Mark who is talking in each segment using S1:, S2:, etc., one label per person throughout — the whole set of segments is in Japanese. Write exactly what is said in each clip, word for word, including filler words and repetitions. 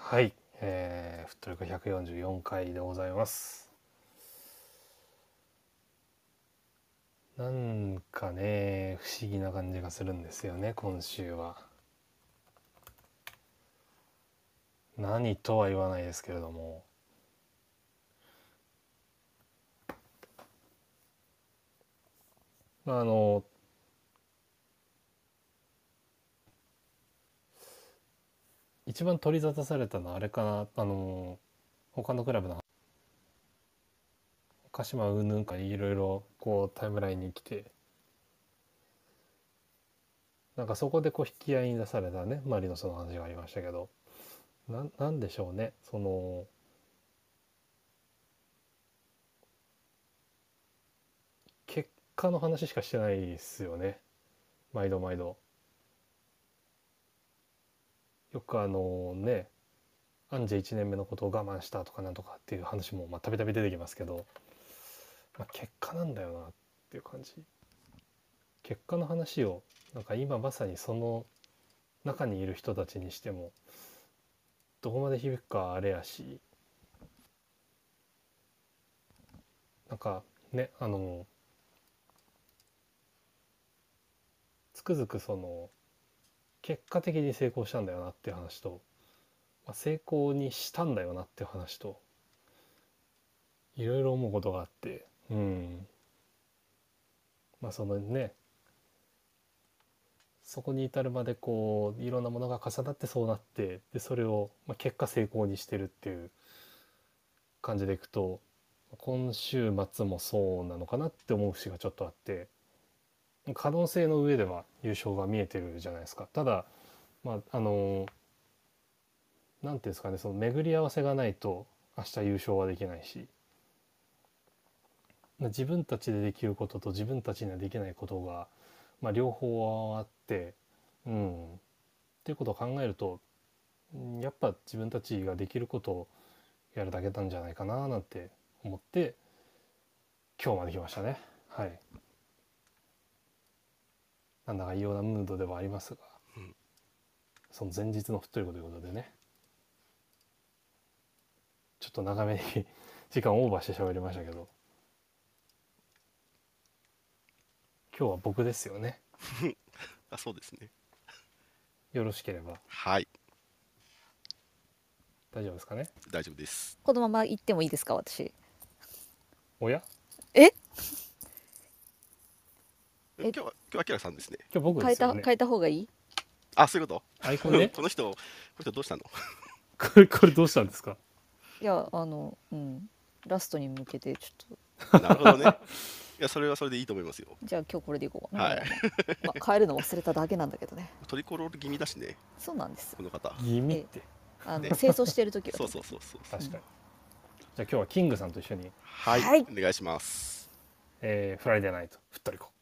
S1: はい、えー、フットリコひゃくよんじゅうよんかいでございます。なんかね、不思議な感じがするんですよね、今週は。何とは言わないですけれども、あの一番取り沙汰されたのはあれかな、あの他のクラブの鹿島うんぬんかいろいろこうタイムラインに来て、なんかそこでこう引き合いに出されたね、マリノスの話がありましたけど、な、なんでしょうね、その結果の話しかしてないですよね、毎度毎度。よくあのね、アンジェいちねんめのことを我慢したとかなんとかっていう話もまあたびたび出てきますけど、まあ、結果なんだよなっていう感じ。結果の話をなんか今まさにその中にいる人たちにしてもどこまで響くかあれやし、なんかね、あのつくづくその結果的に成功したんだよなっていう話と、まあ、成功にしたんだよなっていう話といろいろ思うことがあって、うん、まあそのね、そこに至るまでこういろんなものが重なってそうなって、でそれをまあ結果成功にしてるっていう感じでいくと、今週末もそうなのかなって思う節がちょっとあって、可能性の上では優勝が見えてるじゃないですか。ただまああのなんていうんですかね、その巡り合わせがないと明日優勝はできないし、自分たちでできることと自分たちにはできないことが、まあ、両方あって、うん、っていうことを考えると、やっぱ自分たちができることをやるだけなんじゃないかななんて思って今日まで来ましたね。はい。なんだか異様なムードではありますが、
S2: うん、
S1: その前日のフットリコということでね、ちょっと長めに時間オーバーして喋りましたけど、今日は僕ですよね。
S2: あ、そうですね。
S1: よろしければ。
S2: はい、
S1: 大丈夫ですかね。
S2: 大丈夫です。
S3: このまま行ってもいいですか、私。
S1: おや、
S3: ええ
S2: 今日は、今日はアキラさんですね。
S1: 今日僕
S3: 変え
S1: ですよね。
S3: た変えた方がいい？
S2: あ、そういうこ
S1: アイコン
S2: と。
S1: ね。
S2: この人、この人どうしたの？
S1: これこれどうしたんですか。
S3: いや、あのうんラストに向けてちょっ
S2: なるほどね。いや、それはそれでいいと思いますよ。
S3: と、じゃあ今日これでいこうかな。
S2: はい。
S3: まあ、変えるの忘れただけなんだけどね。
S2: トリコロール気味だしね、
S3: そうなんです。
S2: この方。
S1: 気味って。
S3: あの
S2: ね
S3: 清掃してる時は
S2: そうそうそうそう。
S1: 確かに。じゃあ今日はキングさんと一緒に、
S2: はい、
S3: はい
S2: お願いします。
S1: えー、フライデーナイトフットリコ。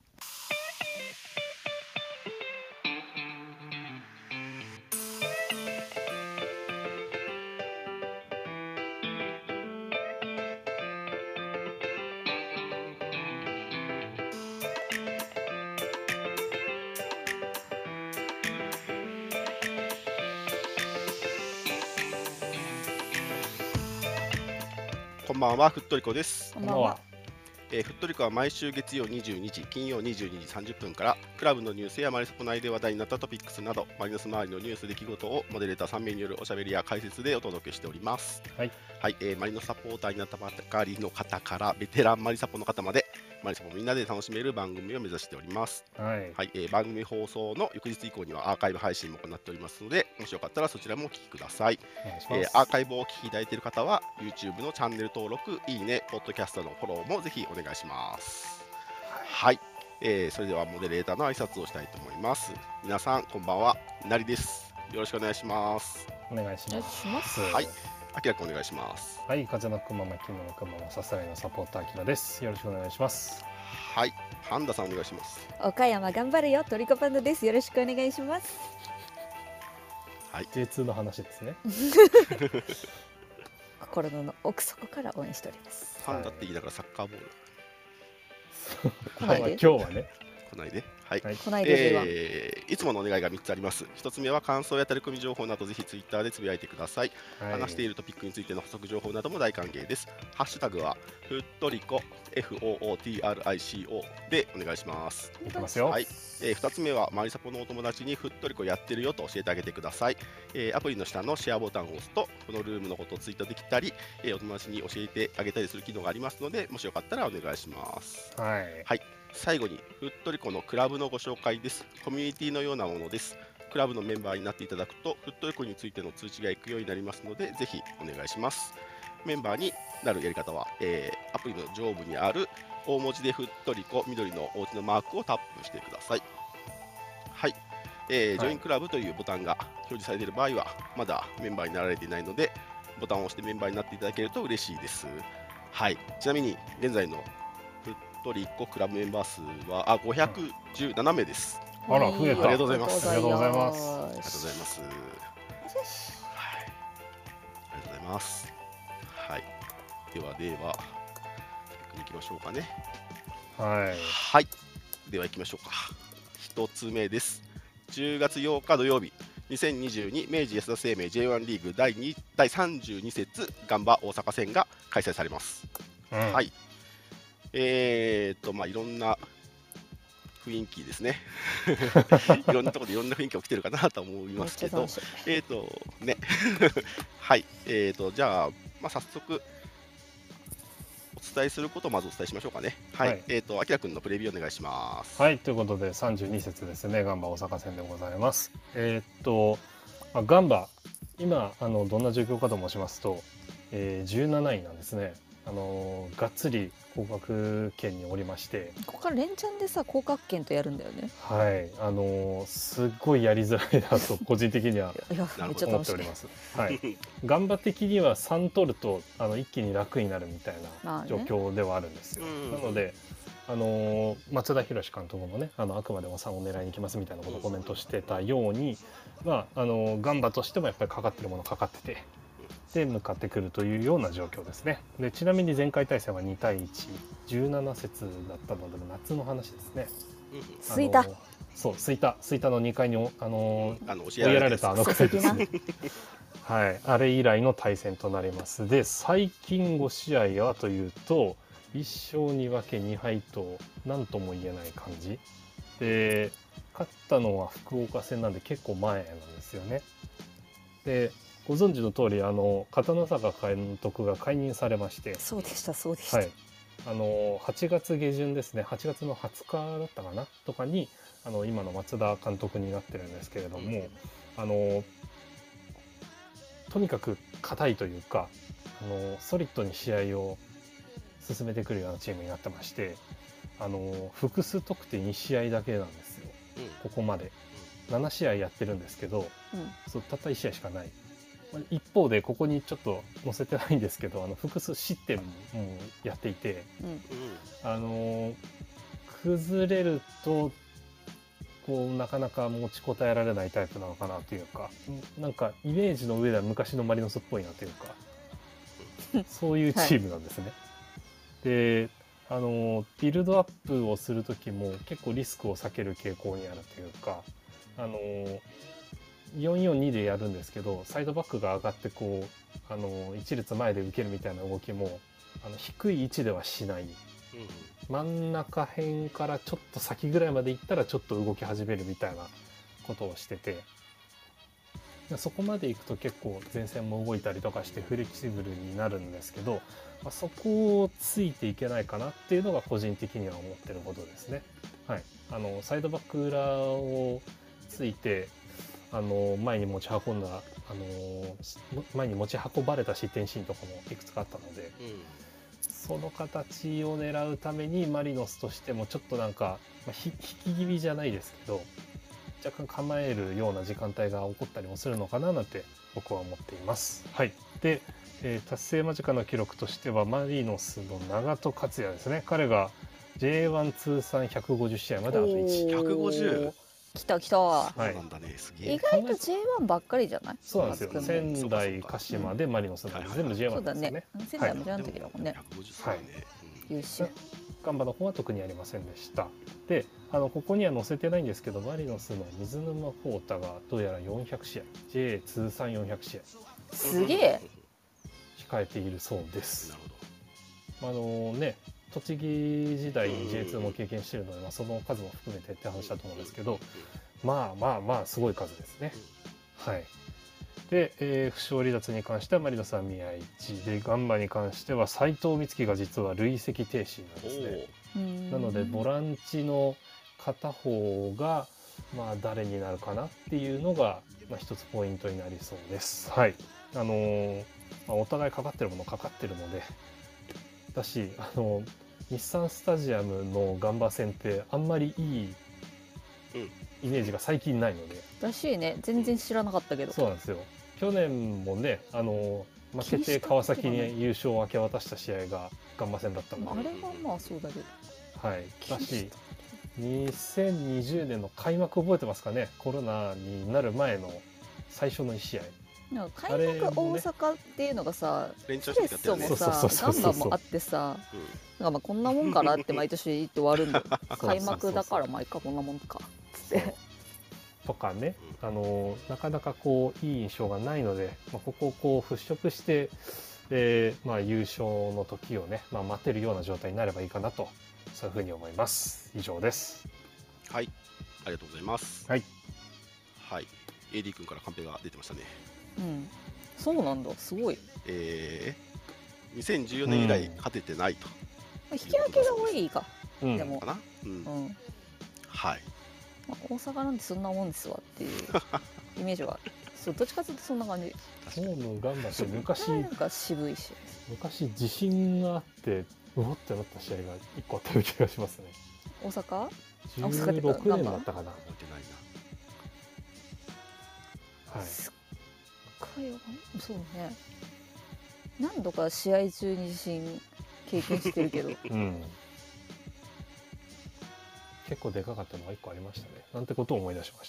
S2: こんばんは、フットリコです。
S3: こんばんは。
S2: えーフットリコは毎週月曜にじゅうにじ、金曜にじゅうにじさんじゅっぷんからクラブのニュースやマリサポ内で話題になったトピックスなどマリノス周りのニュース出来事をモデレーターさん名によるおしゃべりや解説でお届けしております。
S1: はい、
S2: はいえーマリノスサポーターになったばかりの方からベテランマリサポの方までマリサポみんなで楽しめる番組を目指しております。
S1: はい
S2: はいえー番組放送の翌日以降にはアーカイブ配信も行っておりますので、もしよかったらそちらもお聞きください。
S1: お願いします。
S2: えーアーカイブをお聞きいただいている方は YouTube のチャンネル登録、いいね、ポッドキャストのフォローもぜひお願いします。はい、えーそれではモデレーターの挨拶をしたいと思います。皆さんこんばんは、なりです。よろしくお願いします。
S1: お願いし
S3: お願い
S1: ます。
S3: します。
S2: はい、あきらくんお願いします。
S1: はい、風のくままきのくままさすらいのサポーターあきらです。よろしくお願いします。
S2: はい、パンダさんお願いします。
S3: 岡山頑張るよ、トリコパンダです。よろしくお願いします。
S2: はい、
S1: ジェイツー の話ですね。
S3: 心の奥底から応援しております。
S2: パンダって言いながらサッカーボール
S3: 来ないで
S1: 今日はね。
S2: 来ないで。ははい、
S1: はい
S3: こないだ ジェイワン、
S2: えーいつものお願いがみっつあります。ひとつめは感想やタレコミ情報などぜひツイッターでつぶやいてください。
S1: はい
S2: 話しているトピックについての補足情報なども大歓迎です。ハッシュタグはふっとりこ エフオーオーティーアールアイシーオー でお願いします。
S1: いきますよ。
S2: はい、えー、ふたつめはマリサポのお友達にふっとりこやってるよと教えてあげてください。えーアプリの下のシェアボタンを押すとこのルームのことをツイートできたり、えーお友達に教えてあげたりする機能がありますので、もしよかったらお願いします。
S1: はい。
S2: はい、最後にふっとりこのクラブのご紹介です。コミュニティのようなものです。クラブのメンバーになっていただくとふっとりこについての通知が行くようになりますので、ぜひお願いします。メンバーになるやり方は、えーアプリの上部にある大文字でふっとりこ緑のお家のマークをタップしてください。はい、えー、ジョインクラブというボタンが表示されている場合はまだメンバーになられていないので、ボタンを押してメンバーになっていただけると嬉しいです。はい、ちなみに現在のふっとりこクラブメンバー数はあごひゃくじゅうななめいです。
S1: あら増えた
S2: ありがとうございます
S1: ありがとうございます
S2: ありがとうございます。はい、ありがとうございます。はい、ではでは行きましょうかね。
S1: はい。
S2: はい、では行きましょうか。一つ目です。じゅうがつようか土曜日、にせんにじゅうに明治安田生命 ジェイワン リーグだいにだいさんじゅうに節ガンバ大阪戦が開催されます。
S1: うん
S2: はい。えーとまあいろんな雰囲気ですね。いろんなところでいろんな雰囲気が起きてるかなと思い
S3: めっ
S2: ますけど
S3: ちゃ楽、しい。
S2: えーとね、はい、えーとじゃあまあ早速お伝えすることをまずお伝えしましょうかね。はい、
S1: はい
S2: えーとあきらくんのプレビューお願いします。
S1: はい、ということでさんじゅうに節ですね、ガンバ大阪戦でございます。えーっと、まあ、ガンバ、今あのどんな状況かと申しますと、えー、じゅうなないなんですね。あのーがっつり降格圏におりまして、
S3: ここから連チャンでさ、降格圏とやるんだよね。
S1: はい、あのーすっごいやりづらいなと個人的にはい
S3: や、
S2: なるほど
S3: めっちゃ
S1: 思っ
S3: 楽しい。
S1: ております。はい、ガンバ的にはさん取るとあの一気に楽になるみたいな
S3: まあね
S1: 状況ではあるんですよ。
S2: うん
S1: なので、あのー松田博監督もね、あのあくまでもさんを狙いに行きますみたいなことをコメントしてたように、まああのーガンバとしてもやっぱりかかってるものかかってて、で向かってくるというような状況ですね。でちなみに前回対戦はにたいいち、じゅうなな節だったので夏の話ですね。
S3: すいた
S1: あのーそうすいたすいたのにかいにおあのー
S2: あの教
S1: 追いやられたあの
S3: クソ
S1: 回です
S3: 先な。
S1: ね。はい、あれ以来の対戦となります。で最近ご試合はというといっ勝に分けに敗と何とも言えない感じで、勝ったのは福岡戦なんで結構前なんですよね。でご存知の通りあの片野坂監督が解任されまして、
S3: そうでした、そうでした。
S1: はい、あのはちがつ下旬ですね、はちがつのはつかだったかなとかにあの今の松田監督になってるんですけれども、あのとにかく硬いというか、あのソリッドに試合を進めてくるようなチームになってまして、あの複数得点に試合だけなんですよ、ここまで。なな試合やってるんですけど、
S3: うん、
S1: そうたったいち試合しかない。一方でここにちょっと載せてないんですけど、あの複数失点もやっていて、
S3: うん、
S1: あの崩れるとこうなかなか持ちこたえられないタイプなのかなというか、なんかイメージの上では昔のマリノスっぽいなというか、そういうチームなんですね。はい、であのビルドアップをする時も結構リスクを避ける傾向にあるというか、あのよんよんにでやるんですけど、サイドバックが上がってこうあの一列前で受けるみたいな動きもあの低い位置ではしない、真ん中辺からちょっと先ぐらいまで行ったらちょっと動き始めるみたいなことをしてて、そこまで行くと結構前線も動いたりとかしてフレキシブルになるんですけど、まあ、そこをついていけないかなっていうのが個人的には思ってることですね。はい、あのサイドバック裏をついてあの前に持ち運んだあの前に持ち運ばれた失点シーンとかもいくつかあったので、うん、その形を狙うためにマリノスとしてもちょっとなんか、まあ、引き気味じゃないですけど若干構えるような時間帯が起こったりもするのかななんて僕は思っています。はい、で、えー、達成間近な記録としてはマリノスの長戸克也ですね。彼が ジェイワン 通算ひゃくごじゅう試合まであといち。
S2: ひゃくごじゅう
S3: 来た来た。
S2: そうなんだね、すげえ。
S3: 意外と ジェイワン ばっかりじゃない？
S1: そうなんですよ。仙台鹿島でマリノスなんで全部 ジェイワン ですよね。
S3: そうだね。仙台もジャンの時だもんね。
S2: ひゃくごじゅう、そうだね。
S3: 優秀。
S1: ガンバの方は特にありませんでした。で、あのここには載せてないんですけど、マリノスの水沼宏太がどうやらよんひゃくしあい、ジェイエー 通算よんひゃくしあい
S3: すげえ。
S1: 控えているそうです。
S2: なるほど。
S1: あのね、栃木時代に ジェイツー も経験しているので、まあ、その数も含めてって話だと思うんですけど、まあまあまあすごい数ですね。はい。で、えー、負傷離脱に関してはマリノスは宮市で、ガンバに関しては斉藤光希が実は累積停止なんですね。なのでボランチの片方がまあ誰になるかなっていうのが、まあ、一つポイントになりそうです。はい。あのーまあ、お互いかかってるものかかってるので。だし、あの日産スタジアムのガンバ戦ってあんまりいいイメージが最近ないので、
S3: らしいね。全然知らなかったけど。
S1: そうなんですよ。去年もね、あの負けて川崎に優勝を明け渡した試合がガンバ戦だったので、
S3: あれはまあそうだけど。
S1: はい。だし、にせんにじゅうねんの開幕覚えてますかね。コロナになる前の最初のいち試合。
S3: なんか開幕大阪っていうのがさ、
S2: 連チャン
S3: セレッソ
S2: してやったよね。
S3: もさ、ガンバもあってさ、なんかまあこんなもんかなって毎年言って終わるんだよ。開幕だからまあいっかこんなもんかつって。
S1: とかね、あのなかなかこういい印象がないので、まあ、ここをこう払拭して、えーまあ、優勝の時をね、まあ、待てるような状態になればいいかなと、そういうふうに思います。以上です。
S2: はい、ありがとうございます。
S1: はい、
S2: はい、エーディー 君からカンペが出てましたね。
S3: うん、そうなんだ、すごい。
S2: えー、にせんじゅうよねん以来勝ててないと、
S3: まあ、引き分けが多いか、
S1: うん、
S3: でも
S2: かな、うん、
S3: うん、
S2: はい、
S3: まあ、大阪なんてそんなもんですわっていうイメージはそうどっちかというとそんな感じ。
S1: ホーム頑張って昔
S3: なんか渋いし
S1: 昔自信があってうおってなった試合がいっこあったような気がしますね。
S3: 大阪
S1: じゅうろくねんだったかな。
S2: 覚えてないな。
S1: はい、
S3: すっごいよそうね、何度か試合中に地震経験してるけど、
S1: うん、結構でかかったのがいっこありましたね。なんてことを思い出しました。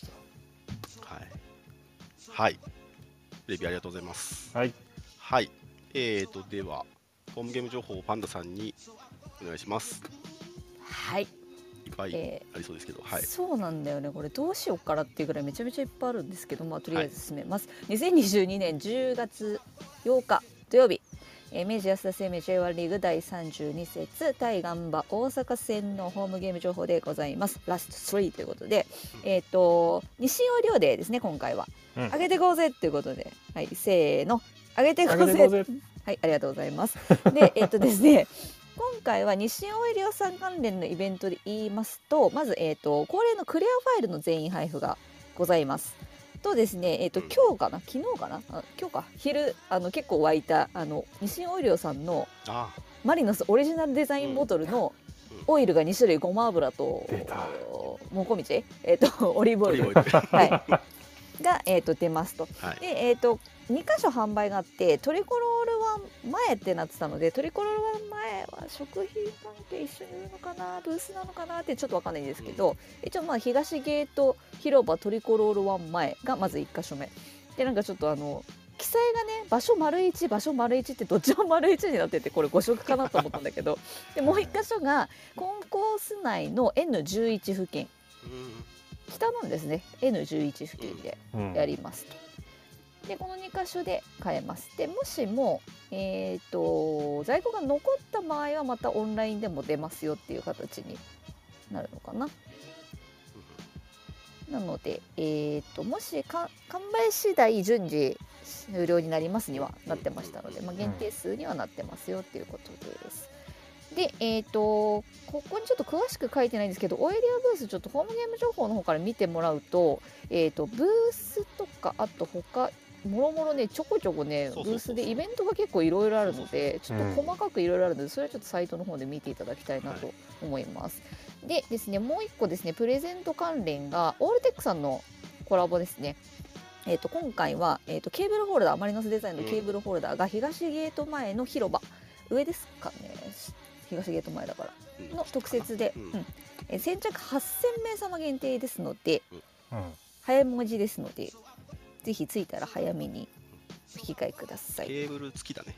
S2: はい、はい、レビューありがとうございます。
S1: はい、
S2: はい、えーとではホームゲーム情報をパンダさんにお願いします。
S3: はい、
S2: いっぱいありそうですけど、
S3: えー
S2: はい、
S3: そうなんだよね、これどうしようかなっていうぐらいめちゃめちゃいっぱいあるんですけど、まあ、とりあえず進めます、はい、にせんにじゅうにねんじゅうがつようか土曜日、えー、明治安田生命 ジェイワン リーグだいさんじゅうに節対ガンバ大阪戦のホームゲーム情報でございます。ラストスリーということで、えっ、ー、と西尾亮デーですね、今回は、うん、上げてこうぜということで、はい、せーの上げてこうぜはい、ありがとうございます。で、えっ、ー、とですね今回は西尾亮さん関連のイベントで言いますと、まず、えーと、恒例のクリアファイルの全員配布がございます。とですね、えーと、今日かな昨日かなあ今日か昼あの結構湧いたあの西尾亮さんのマリノスオリジナルデザインボトルのオイルがに種類、ごま油ともこみち、えーと、オリーブオイルはい、が、えーと、出ますと。はい、で、えーとにかしょ販売があって、トリコロールワン前ってなってたので、トリコロールワン前は食品関係一緒に売るのかな、ブースなのかなってちょっと分かんないんですけど、うん、一応まあ東ゲート広場トリコロールワン前がまずいっかしょめで、なんかちょっとあの記載がね、場所丸一場所丸一ってどっちも丸一になってて、これご色かなと思ったんだけどでもういっかしょがコンコース内の エヌじゅういち 付近、うん、北なんですね、 エヌじゅういち 付近でやりますと。うんでこのにかしょで買えます。でもしも、えーと、在庫が残った場合はまたオンラインでも出ますよっていう形になるのかな。なので、えーと、もしか完売次第順次終了になりますにはなってましたので、まあ、限定数にはなってますよっていうことです。で、えーと、ここにちょっと詳しく書いてないんですけど、オイリアブースちょっとホームゲーム情報の方から見てもらうと、えーと、ブースとかあと他もろもろね、ちょこちょこねブースでイベントが結構いろいろあるので、ちょっと細かくいろいろあるので、それはちょっとサイトの方で見ていただきたいなと思います。はい、でですね、もう一個ですね、プレゼント関連がオールテックさんのコラボですね。えー、と今回は、えー、とケーブルホルダー、マリノスデザインのケーブルホルダーが東ゲート前の広場、上ですかね、東ゲート前だからの特設で、うんうんえー、先着はっせんめい様限定ですので、うん、早文字ですのでぜひ着いたら早めにお引き換えください。
S2: ケーブル付きだね。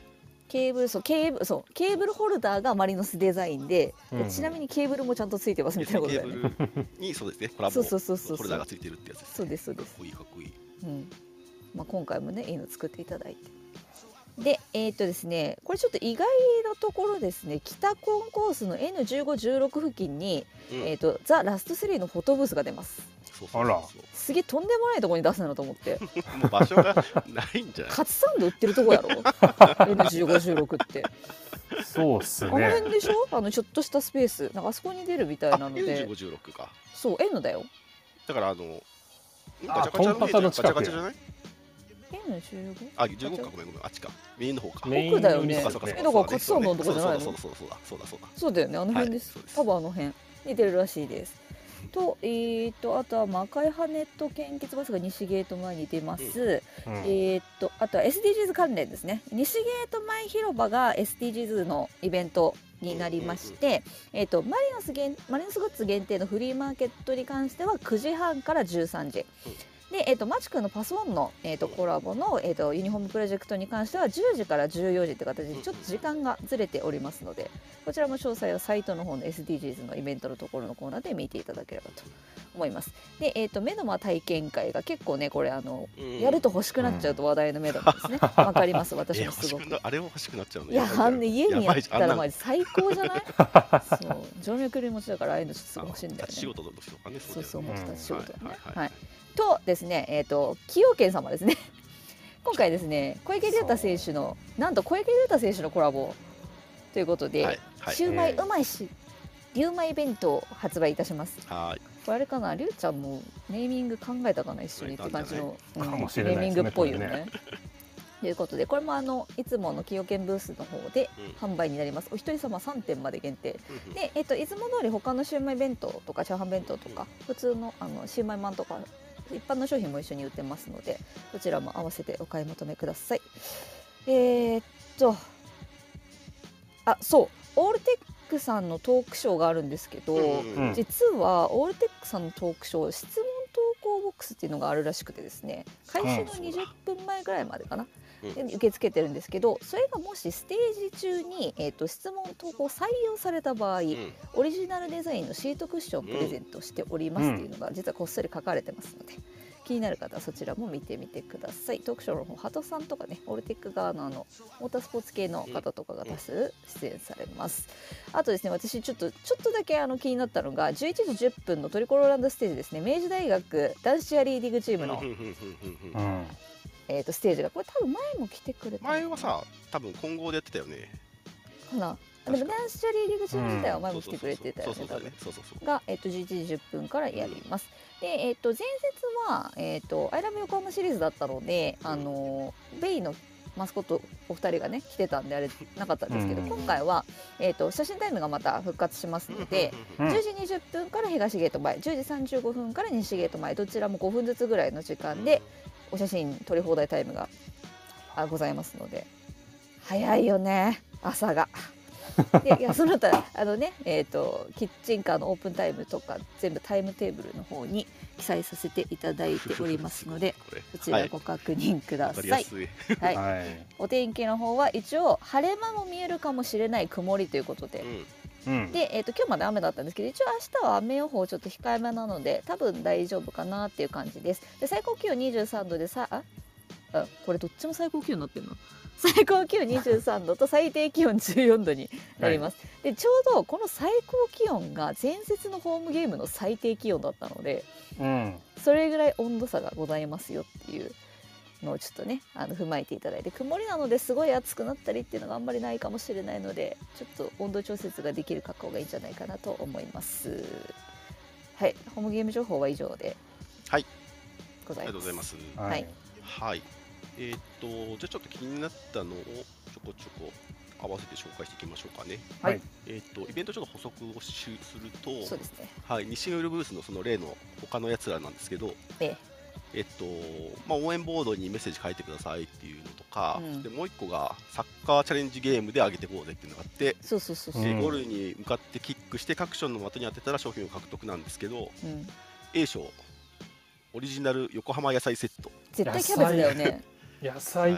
S3: ケーブルそうケーブルそうケーブルホルダーがマリノスデザインで、
S1: うん
S3: ちなみにケーブルもちゃんとついてますみたいなことだよね。
S2: ケーブルにそうですね、コラボ
S3: そうそうそうそう
S2: ホルダーがついてるってやつです、ね。
S3: そうですそうです
S2: かっこいいかっこいい。
S3: うんまあ、今回もねいいの作っていただいて。でえーっとですねこれちょっと意外なところですね、北コンコースの エヌじゅうご、じゅうろく 付近に、
S2: うん
S3: えーっとザ・ラストスリーのフォトブースが出ます。
S2: そうそうそう
S1: あら
S3: すげえとんでもないところに出すなと思って
S2: もう場所がないんじゃない。
S3: カツサンド売ってるとこやろエヌじゅうご、じゅうろく って
S1: そうっす
S3: あの
S1: ね。
S3: 辺でしょ、あのちょっとしたスペースなんかあそこに出るみたいな
S2: あ、
S3: の
S2: エヌじゅう
S3: で
S2: ご、じゅうろくか。
S3: そう N だよ。
S2: だからあの
S1: あ
S2: ガチャガチャ
S1: コンパカの近くや
S2: ガチャガチャじゃない？
S3: エヌじゅうご?
S2: あ、じゅうごか、ごめんごめん、あっちか。メインの方か。
S1: メイン
S3: 奥だよね
S1: の
S2: そうかそうか
S3: えだからカツサンドのとこじゃないの
S2: そうそうそうそうそうだそうだそうだ。
S3: そうだよねあの辺です、
S2: はいそうです
S3: 多分あの辺に出るらしいです。とえー、とあとはまあ赤い羽と献血バスが西ゲート前に出ます、
S1: うん
S3: えー、とあとは エスディージーズ 関連ですね。西ゲート前広場が エスディージーズ のイベントになりまして、えー、とマリノス限マリノスグッズ限定のフリーマーケットに関してはくじはんからじゅうさんじで、えー、とマチ君のパスワンの、えー、とコラボの、えー、とユニフォームプロジェクトに関してはじゅうじからじゅうよじという形でちょっと時間がずれておりますので、こちらも詳細はサイトの方の エスディージーズ のイベントのところのコーナーで見ていただければと思います。で、えー、とメドマ体験会が結構ねこれあの、
S2: うん
S3: やると欲しくなっちゃうと話題のメドマですね。わ、かります私
S2: え欲し
S3: もすごく。
S2: くなあれも欲しくなっちゃうの。
S3: いやあんね家にやったらマ
S2: ジ
S3: ジ最高じゃないそう静脈類持ちだからああいうのちょっとすごい欲しいんだよね。
S2: 仕事の時とかね。
S3: そうそう持ってた仕事はね、
S2: はいはい
S3: はいとですね、えー、と崎陽軒様ですね今回ですね小池龍太選手のなんと小池龍太選手のコラボということで、
S2: はいはい
S3: シューマイうまいし龍米弁当を発売いたします。
S2: はい。
S3: これあれかな、りゅうちゃんもネーミング考えたかな一緒にって感じの、うん
S1: かもしれ
S3: ネーミン
S1: ないですね
S3: グっぽいよね。
S1: これね
S3: ということでこれもあのいつもの崎陽軒ブースの方で
S2: うん
S3: 販売になります。お一人様さんてんまで限定
S2: うん
S3: で、えっと、いつも通り他のシューマイ弁当とかチャーハン弁当とか普通のあのシューマイマンとか一般の商品も一緒に売ってますのでこちらも合わせてお買い求めください。えー、っとあそうオールテックさんのトークショーがあるんですけど、
S2: うん
S1: うん
S3: 実はオールテックさんのトークショー質問投稿ボックスっていうのがあるらしくてですね開始のにじゅっぷんまえぐらいまでかな、
S2: うん
S3: で受け付けてるんですけどそれがもしステージ中に、えー、と質問投稿採用された場合、
S2: うん
S3: オリジナルデザインのシートクッションをプレゼントしておりますっていうのが実はこっそり書かれてますので、気になる方はそちらも見てみてください。トークショーの方ハトさんとかねオールテック側のあのモータースポーツ系の方とかが多数出演されます。あとですね私ちょっとちょっとだけあの気になったのがじゅういちじじゅっぷんのトリコローランドステージですね。明治大学男子チアリーディングチームの、
S2: うんうんうんうんうん
S1: うん
S3: えー、とステージがこれ多分前も来てくれたのかな
S2: 前はさ、多分混合でやってたよね。
S3: かなでも男子チャリーディングチーム自体は前も来てくれてたよね多分
S2: そうそうそうね。そうそうそう。
S3: が、えっとじゅういちじじゅっぷんからやります。で、えっと前節はえっとアイラブ横浜シリーズだったので、あのベイのマスコットお二人がね来てたんであれなかったんですけど、
S1: うん
S3: 今回はえっと写真タイムがまた復活しますので、
S1: うん
S3: じゅうじにじゅっぷんから東ゲート前、じゅうじさんじゅうごふんから西ゲート前、どちらもごふんずつぐらいの時間でお写真撮り放題タイムがあございますので、早いよね朝が。でいやその他あのねえー、とキッチンカーのオープンタイムとか全部タイムテーブルの方に記載させていただいておりますので
S2: これ
S3: そちらご確認くだ
S2: わかり
S3: さい。
S2: やすい。
S3: はい
S1: はい
S3: お天気の方は一応晴れ間も見えるかもしれない曇りということで、
S2: うん
S1: うん
S3: で、えー、と今日まで雨だったんですけど一応明日は雨予報ちょっと控えめなので多分大丈夫かなっていう感じです。で最高気温にじゅうさんどでさああこれどっちも最高気温になってるの最高気温にじゅうさんどと最低気温じゅうよんどになります、でちょうどこの最高気温が前節のホームゲームの最低気温だったので
S1: うん
S3: それぐらい温度差がございますよっていうのをちょっとねあの踏まえていただいて、曇りなのですごい暑くなったりっていうのがあんまりないかもしれないのでちょっと温度調節ができる格好がいいんじゃないかなと思います。はいホームゲーム情報は以上で
S2: はい
S3: ございます。
S2: ありがとうございます。
S3: はい
S2: はい。えーっと、じゃあちょっと気になったのをちょこちょこ合わせて紹介していきましょうかね。
S3: はい
S2: えーっと、イベントちょっと補足をしすると、
S3: そうですね。
S2: はい、西の夜ブースのその例の他のやつらなんですけど、
S3: え
S2: えっとまあ、応援ボードにメッセージ書いてくださいっていうのとか、
S3: うん
S2: でもう一個がサッカーチャレンジゲームで上げていこうぜっていうのがあって、
S3: そうそうそうそう、
S1: うん
S2: でゴールに向かってキックして各所の的に当てたら商品を獲得なんですけど、
S3: うん、
S2: A 賞オリジナル横浜野菜セット、
S3: 絶対キャベツだよね。
S1: 野菜、
S2: はい、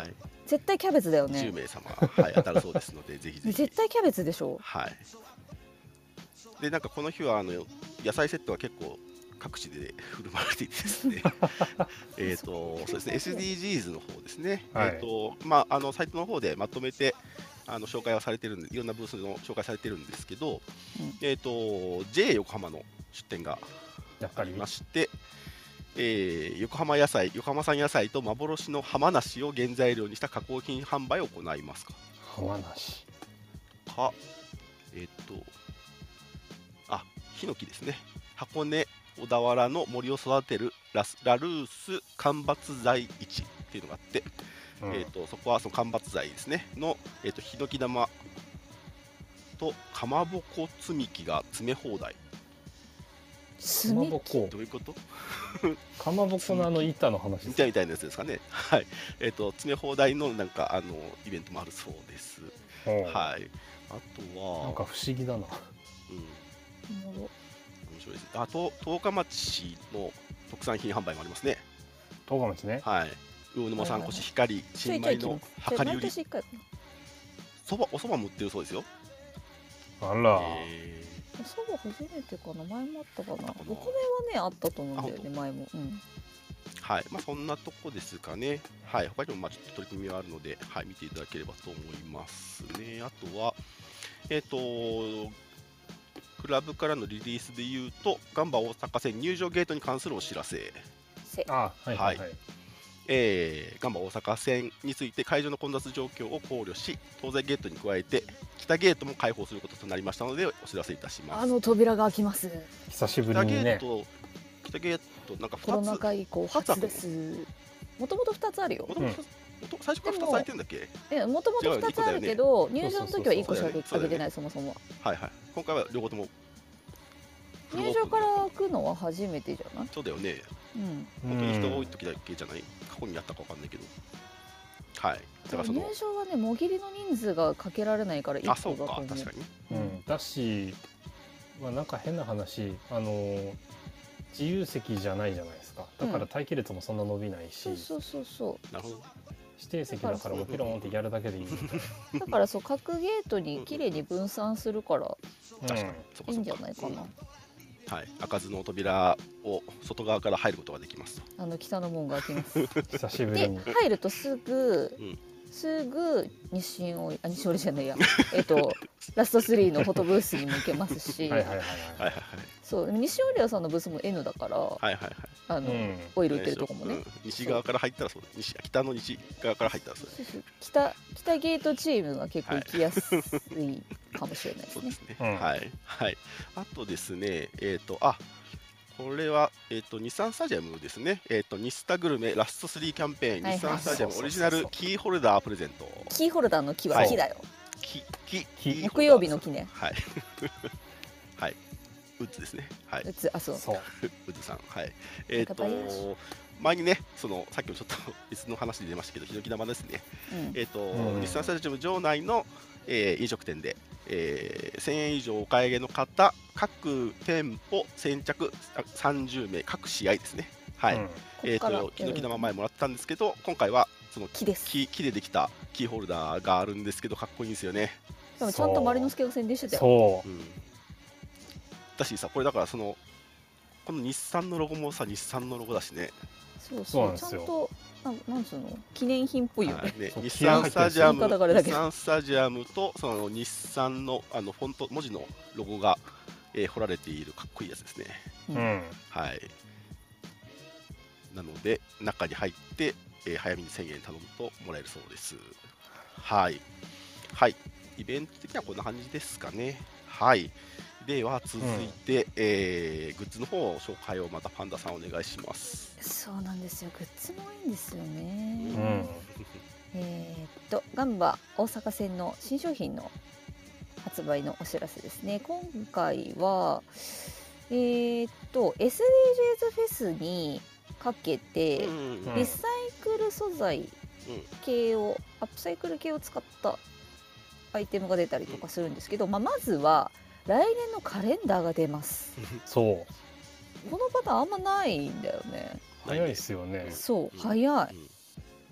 S3: 絶対キャベツだよ
S2: じゅう
S3: ね。
S2: めいさま、はい、当たるそうですのでぜひぜひ。
S3: 絶対キャベツでしょ。
S2: はいでなんかこの日はあの野菜セットは結構各地で振る舞われていてですねえっとそうですね エスディージーズ の方ですね、
S1: はい
S2: えっとまああのサイトの方でまとめてあの紹介はされてるんで、いろんなブースの紹介されてるんですけど、
S3: うん、
S2: えっと ジェイ 横浜の出店があり
S1: やっぱり
S2: まして、えー横浜野菜横浜産野菜と幻の浜梨を原材料にした加工品販売を行いますか
S1: 浜梨
S2: かえっとあヒノキですね。箱根小田原の森を育てるラスラルース間伐材市っていうのがあって、
S1: うん
S2: えー、とそこはその間伐材ですねの、えー、とヒノキ玉とかまぼこ積み木が詰め放題。
S1: かまぼこ
S2: どういうこと？
S1: かまぼこのあの板の話です
S2: みたいみたいなやつですかね。はい。えっ、と詰め放題のなんかあのイベントもあるそうです。
S1: うん
S2: はい。あとは
S1: なんか不思議だな。
S2: うん、面白いです。あと十日町の特産品販売もありますね。
S1: 十日町ね。
S2: はい。魚沼産コシヒカリ
S3: ちょいちょい来
S2: 新米の
S3: ます。
S2: 量り売り
S3: 毎年一回か
S2: そばおそばも売ってるそうですよ。
S1: あら、
S2: え
S3: な。そば初めてかな。前もあったかな。
S2: あったかな
S3: お米はねあったと思うんだよね、
S2: あ
S3: 前も。うん。
S2: ーはい。まあそんなとこですかね。はい。他にもまあちょっと取り組みはあるので、はい見ていただければと思いますね。あとはえっ、とクラブからのリリースでいうと、ガンバ大阪線入場ゲートに関するお知らせ。
S3: せ
S1: あ、はいはいはい。
S2: えーガンバ大阪線について会場の混雑状況を考慮し、東西ゲートに加えて北ゲートも開放することとなりましたのでお知らせいたします。
S3: あの扉が開きます。
S1: 久しぶり
S2: 北ゲー
S1: にね。
S2: ト、北ゲートなんか
S3: コロナ
S2: ふたつ、
S3: 禍以降初です。もともとふたつあるよ
S2: も。ともと最初からふたつ空いてるんだっけ？
S3: え、もともとふたつあるけど、入場の時はいっこしか
S2: そうだよね
S3: 開けてないそもそも。
S2: はいはい。今回は両方ともフルオープン
S3: 入場から開くのは初めてじゃない？
S2: そうだよね。
S3: うん。
S2: 本当に人が多い時だけじゃない？過去にやったかわかんないけど。はい。だからそ
S3: 入
S2: の
S3: 場はね、もぎりの人数がかけられないからいっ
S2: あそうか
S3: こだと思う。
S2: 確かに。
S1: うん、だし、まあ、なんか変な話、あの自由席じゃないじゃないですか。だから待機列もそんな伸びないし、
S3: そうそうそうそ
S2: なるほど。
S1: 指定席だからもうピローンってやるだけでいいみたい
S3: う。だからそう各ゲートに綺麗に分散するから
S1: な。
S2: 確かに。そこそこ
S3: いいんじゃないかな。
S2: はい、開かずの扉を外側から入ることができますと。
S3: あの北の門が開きます。
S1: うん、久しぶり
S3: で
S1: に。
S3: 入るとすぐ、
S2: うん
S3: すぐ日清オイあ日清オイじゃないやえっとラストスリーのフォトブースにも行けますし、
S1: はいはいはい
S2: はい
S1: は
S2: はい
S3: そう日清オイリアさんのブースも エヌ だから、
S2: はいはいはい
S3: あの、
S1: うん
S3: オイル売ってるとこもね、
S2: うん西側から入ったらそう西北の西側から入ったらそう
S3: そうそう北北ゲートチームが結構行きやすいかもしれないですね。
S2: そうですね、
S1: うん
S2: はいはい。あとですねえっ、とあこれは、えー、と日産スタジアムですね、えー、と日スタグルメラストスリーキャンペーン、
S3: はいはい
S2: 日産スタジアム
S1: そうそうそうそう
S2: オリジナルキーホルダープレゼント。
S3: キーホルダーの木は
S2: はい
S3: 木だよ。
S2: 木木
S1: 木
S2: キーホ
S3: 木
S2: ルダー
S3: 曜日の木ね。
S2: はいはいウッズですねはい
S3: うつあそう。
S1: そう。
S2: ウッズさんはいえっ、
S3: 中林
S2: と前にねそのさっきもちょっと別の話で出ましたけどヒノキ玉ですね
S3: うん
S2: えっ、と、
S1: うん
S2: 日産スタジアム場内の、えー飲食店で、えーせんえん以上お買い上げの方各店舗先着あさんじゅうめい各試合ですねはい、
S1: うん
S2: えっ、
S3: こっから
S2: とヒノキ玉前もらったんですけど今回はその
S3: 木です。
S2: 木木でできたキーホルダーがあるんですけどかっこいいんですよね、
S3: でもちゃんとマリノスケが宣伝してたよ。
S1: そ
S2: うん、だしさこれだからそのこの日産のロゴもさ日産のロゴだしね
S3: そう
S1: そう
S3: そうちゃ
S1: なんですよ
S3: んとなんなんつうの記念品っぽいよね。
S2: はいね
S1: そう
S2: 日産スタジアム
S3: 言い方があれだけど
S2: 日産スタジアムとその日産のあのフォント文字のロゴが、えー彫られているかっこいいやつですね
S1: う。うん。
S2: はいなので中に入って、えー早めにせんえん頼むともらえるそうですはいはいイベント的にはこんな感じですかねはいでは続いて、えーグッズの方紹介をまたパンダさんお願いします
S3: そうなんですよ。グッズもいいんですよね。
S1: うん。
S3: えーっとガンバ大阪線の新商品の発売のお知らせですね。今回はえーっと エスディージーズ フェスにかけて、
S2: うんうんうん
S1: うん
S3: リサイクル素材系を、アップサイクル系を使ったアイテムが出たりとかするんですけど、まあ、まずは来年のカレンダーが出ます。
S1: そう。
S3: このパターンあんまないんだよね。
S1: 早いですよね。
S3: そう
S2: うん
S3: 早い。
S2: うん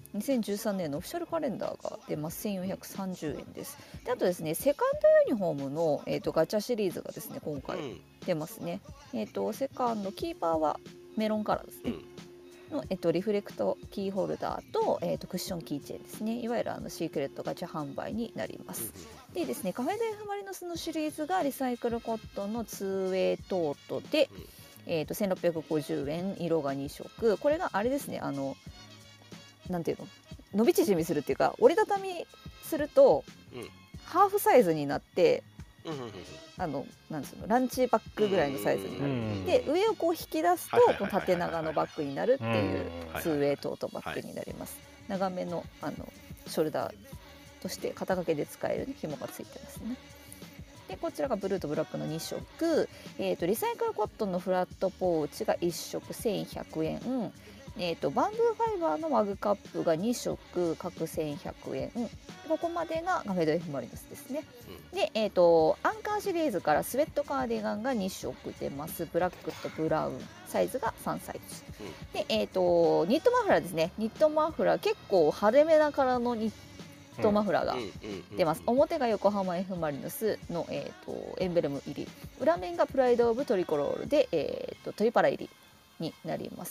S3: にせんじゅうさんねんのオフィシャルカレンダーが出ます。せんよんひゃくさんじゅうえんです。であとですねセカンドユニフォームの、えー、とガチャシリーズがですね今回
S2: うん
S3: 出ますね。えっ、とセカンドキーパーはメロンカラーですね。の、えっと、リフレクトキーホルダーと、えっと、クッションキーチェーンですね。いわゆるあのシークレットガチャ販売になります。でですねカフェデンフマリノスのシリーズがリサイクルコットンのツーウェイトートで、えっと、せんろっぴゃくごじゅうえん、色がに色。これがあれですねあのなんていうの伸び縮みするっていうか折りたたみすると、
S2: うん、
S3: ハーフサイズになって
S2: うんうんうん
S3: あのなんつうのランチバッグぐらいのサイズになる。
S1: うん
S3: で上をこう引き出すと
S2: はいはいはいはい
S3: この縦長のバッグになるっていう
S1: うん
S3: ツーウェイトートバッグになります。長めのあのショルダーとして肩掛けで使える、ね、紐がついてますね。でこちらがブルーとブラックのに色、えー、とリサイクルコットンのフラットポーチがいち色せんひゃくえん、えー、とバンブーファイバーのマグカップがに色各せんひゃくえん。ここまでがガフェドエフマリノスですね。で、えー、とアンカーシリーズからスウェットカーディガンがに色出ます。ブラックとブラウンサイズがさんサイズで、えー、とニットマフラーですね。ニットマフラー結構派手めな柄のニットマフラーが出ます。表が横浜 F マリノスの、えー、とエンブレム入り、裏面がプライドオブトリコロールで、えー、とトリパラ入りになります。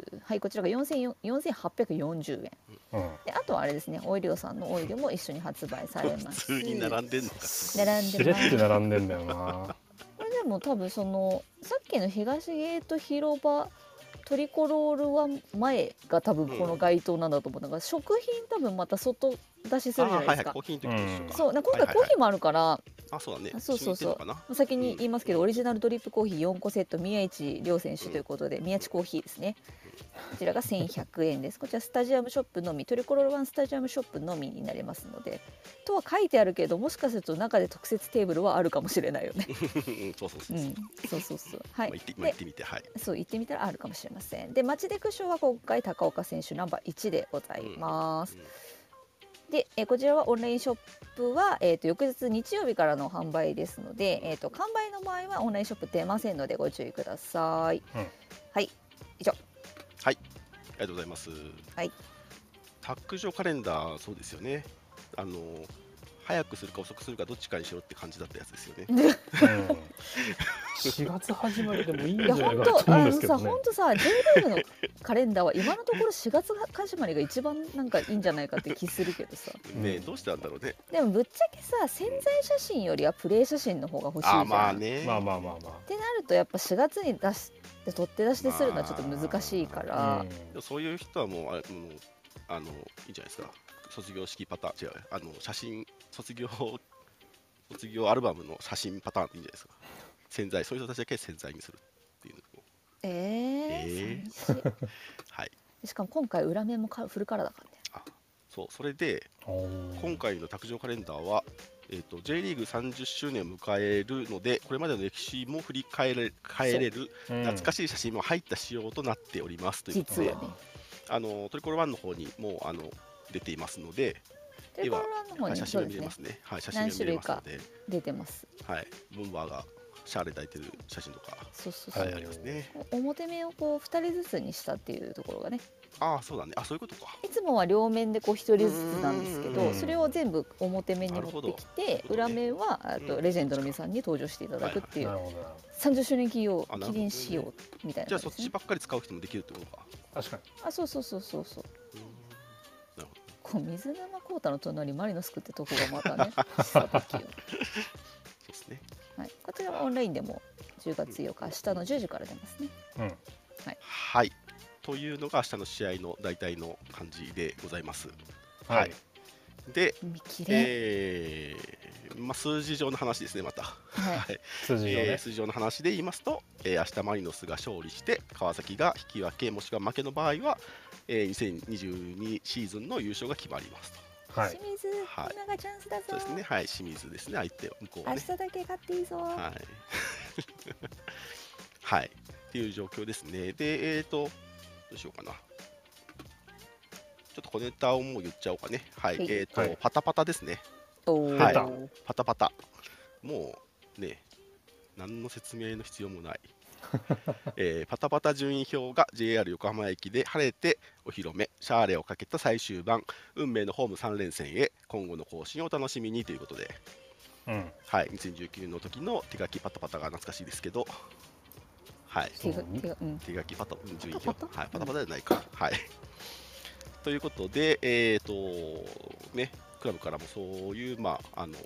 S3: はい、こちらがよんせんはっぴゃくよんじゅうえん、うん、であとはあれですねオイリオさんのオイルも一緒に発売されます。
S2: 普通に並んでんのか。
S3: 並んでます。
S1: しれって並んでんだよな。
S3: これでも多分そのさっきの東ゲート広場トリコロールは前が多分この街灯なんだと思う。だから食品多分また外出しするじゃないですか。
S2: コーヒーの時と一緒か。
S3: そう今回コーヒーもあるから、
S2: あそうだね。
S3: そうそうそう先に言いますけど、オリジナルドリップコーヒーよんこセット宮市亮選手ということで、宮市コーヒーですね。こちらがせんひゃくえんです。こちらスタジアムショップのみ、トリコロールワンスタジアムショップのみになりますので、とは書いてあるけどもしかすると中で特設テーブルはあるかもしれないよね。
S2: そうそうそう。
S3: そうそうそう。はい。
S2: 行って行ってみて、はい。
S3: そう行ってみたらあるかもしれません。で、街でクショーは今回高岡選手ナンバーいちでございます。うんうんで、えー、こちらはオンラインショップは、えー、と翌日日曜日からの販売ですので、えー、と完売の場合はオンラインショップ出ませんのでご注意ください。うん、はい以上。
S2: はいありがとうございます。
S3: はい
S2: タック上カレンダーそうですよね。あの早くするか遅くするかどっちかにしろって感じだったやつですよね。うん、
S1: しがつ始まりでもいいんじゃないかと思うんですけどね。
S3: 本当さ J リーグのカレンダーは今のところしがつ始まりが一番なんかいいんじゃないかって気するけどさ。
S2: ねどうしてなんだろうね。
S3: でもぶっちゃけさ潜在写真よりはプレイ写真の方が欲しいじゃん。あ
S2: まあね。
S1: まあまあまあまあ。
S3: ってなるとやっぱしがつに出して取って出しでするのはちょっと難しいから。
S2: うん、そういう人はもうあれもうあのいいんじゃないですか。卒業式パターン違うあの写真卒業卒業アルバムの写真パターンでいいんじゃないですか。潜在そういう人たちだけ潜在にするっていうのも
S3: えー、え
S2: ー、はい
S3: しかも今回裏面もフルカラーだからね。
S2: あそうそれで今回の卓上カレンダーは、えー、と J リーグさんじゅっしゅうねんを迎えるのでこれまでの歴史も振り返れ返れる懐かしい写真も入った仕様となっておりますということで、ね、あのトリコロワンの方にもうあの出ていますので
S3: トリコロワンの方に
S2: 写真が見れますね。はい、写真が見れますので
S3: 出てます。
S2: はい、ボンバーがシャーレ抱いてる写真とか
S3: そうそうそう、
S2: はい、ありますね。
S3: 表面をこうふたりずつにしたっていうところがね。
S2: ああそうだね。あそういうことか。
S3: いつもは両面でこうひとりずつなんですけど、それを全部表面に持ってきて、ね、裏面はあとレジェンドの皆さんに登場していただくっていうさんじゅっしゅうねん企業記念仕様みたいな、ね、
S2: じゃあそっちばっかり使う人もできるってことか。
S1: 確かに。
S3: あそうそうそうそうそう。なるほど。こう水沼宏太の隣マリノスクってとこがまたねそう
S2: ですね。
S3: はい、こちらはオンラインでもじゅうがつようか、明日のじゅうじから出ますね。うん、はい、
S2: はい、というのが明日の試合の大体の感じでございます。はい。はい、で、えーまあ、数字上の話ですね、また。はい、数字上、ねえー、数字上の話で言いますと、えー、明日マリノスが勝利して川崎が引き分けもしくは負けの場合は、えー、にせんにじゅうにシーズンの優勝が決まりますと。
S3: はい、清水、はい、今がチャンスだぞ。
S2: そうですね、はい、清水ですね、相手向こう、ね、
S3: 明日だけ勝っていいぞ。
S2: はい。はい、っていう状況ですね。で、えっ、ー、と、どうしようかな。ちょっと小ネタをもう言っちゃおうかね。はい、はい、えっ、ー、と、はい、パタパタですね。はい、パタパタ。もうね、何の説明の必要もない。 えーパタパタ順位表が ジェイアール 横浜駅で晴れてお披露目、シャーレをかけた最終盤、運命のホームさん連戦へ、今後の更新をお楽しみにということで、
S1: うん
S2: はい、にせんじゅうきゅうの時の手書きパタパタが懐かしいですけど、はい、
S3: 手が手がうん
S2: 手書きパタ順位表、
S3: パタパタ
S2: はい、パタパタじゃないか、はい。ということで、えっ、とね、クラブからもそういう、まあ、あの、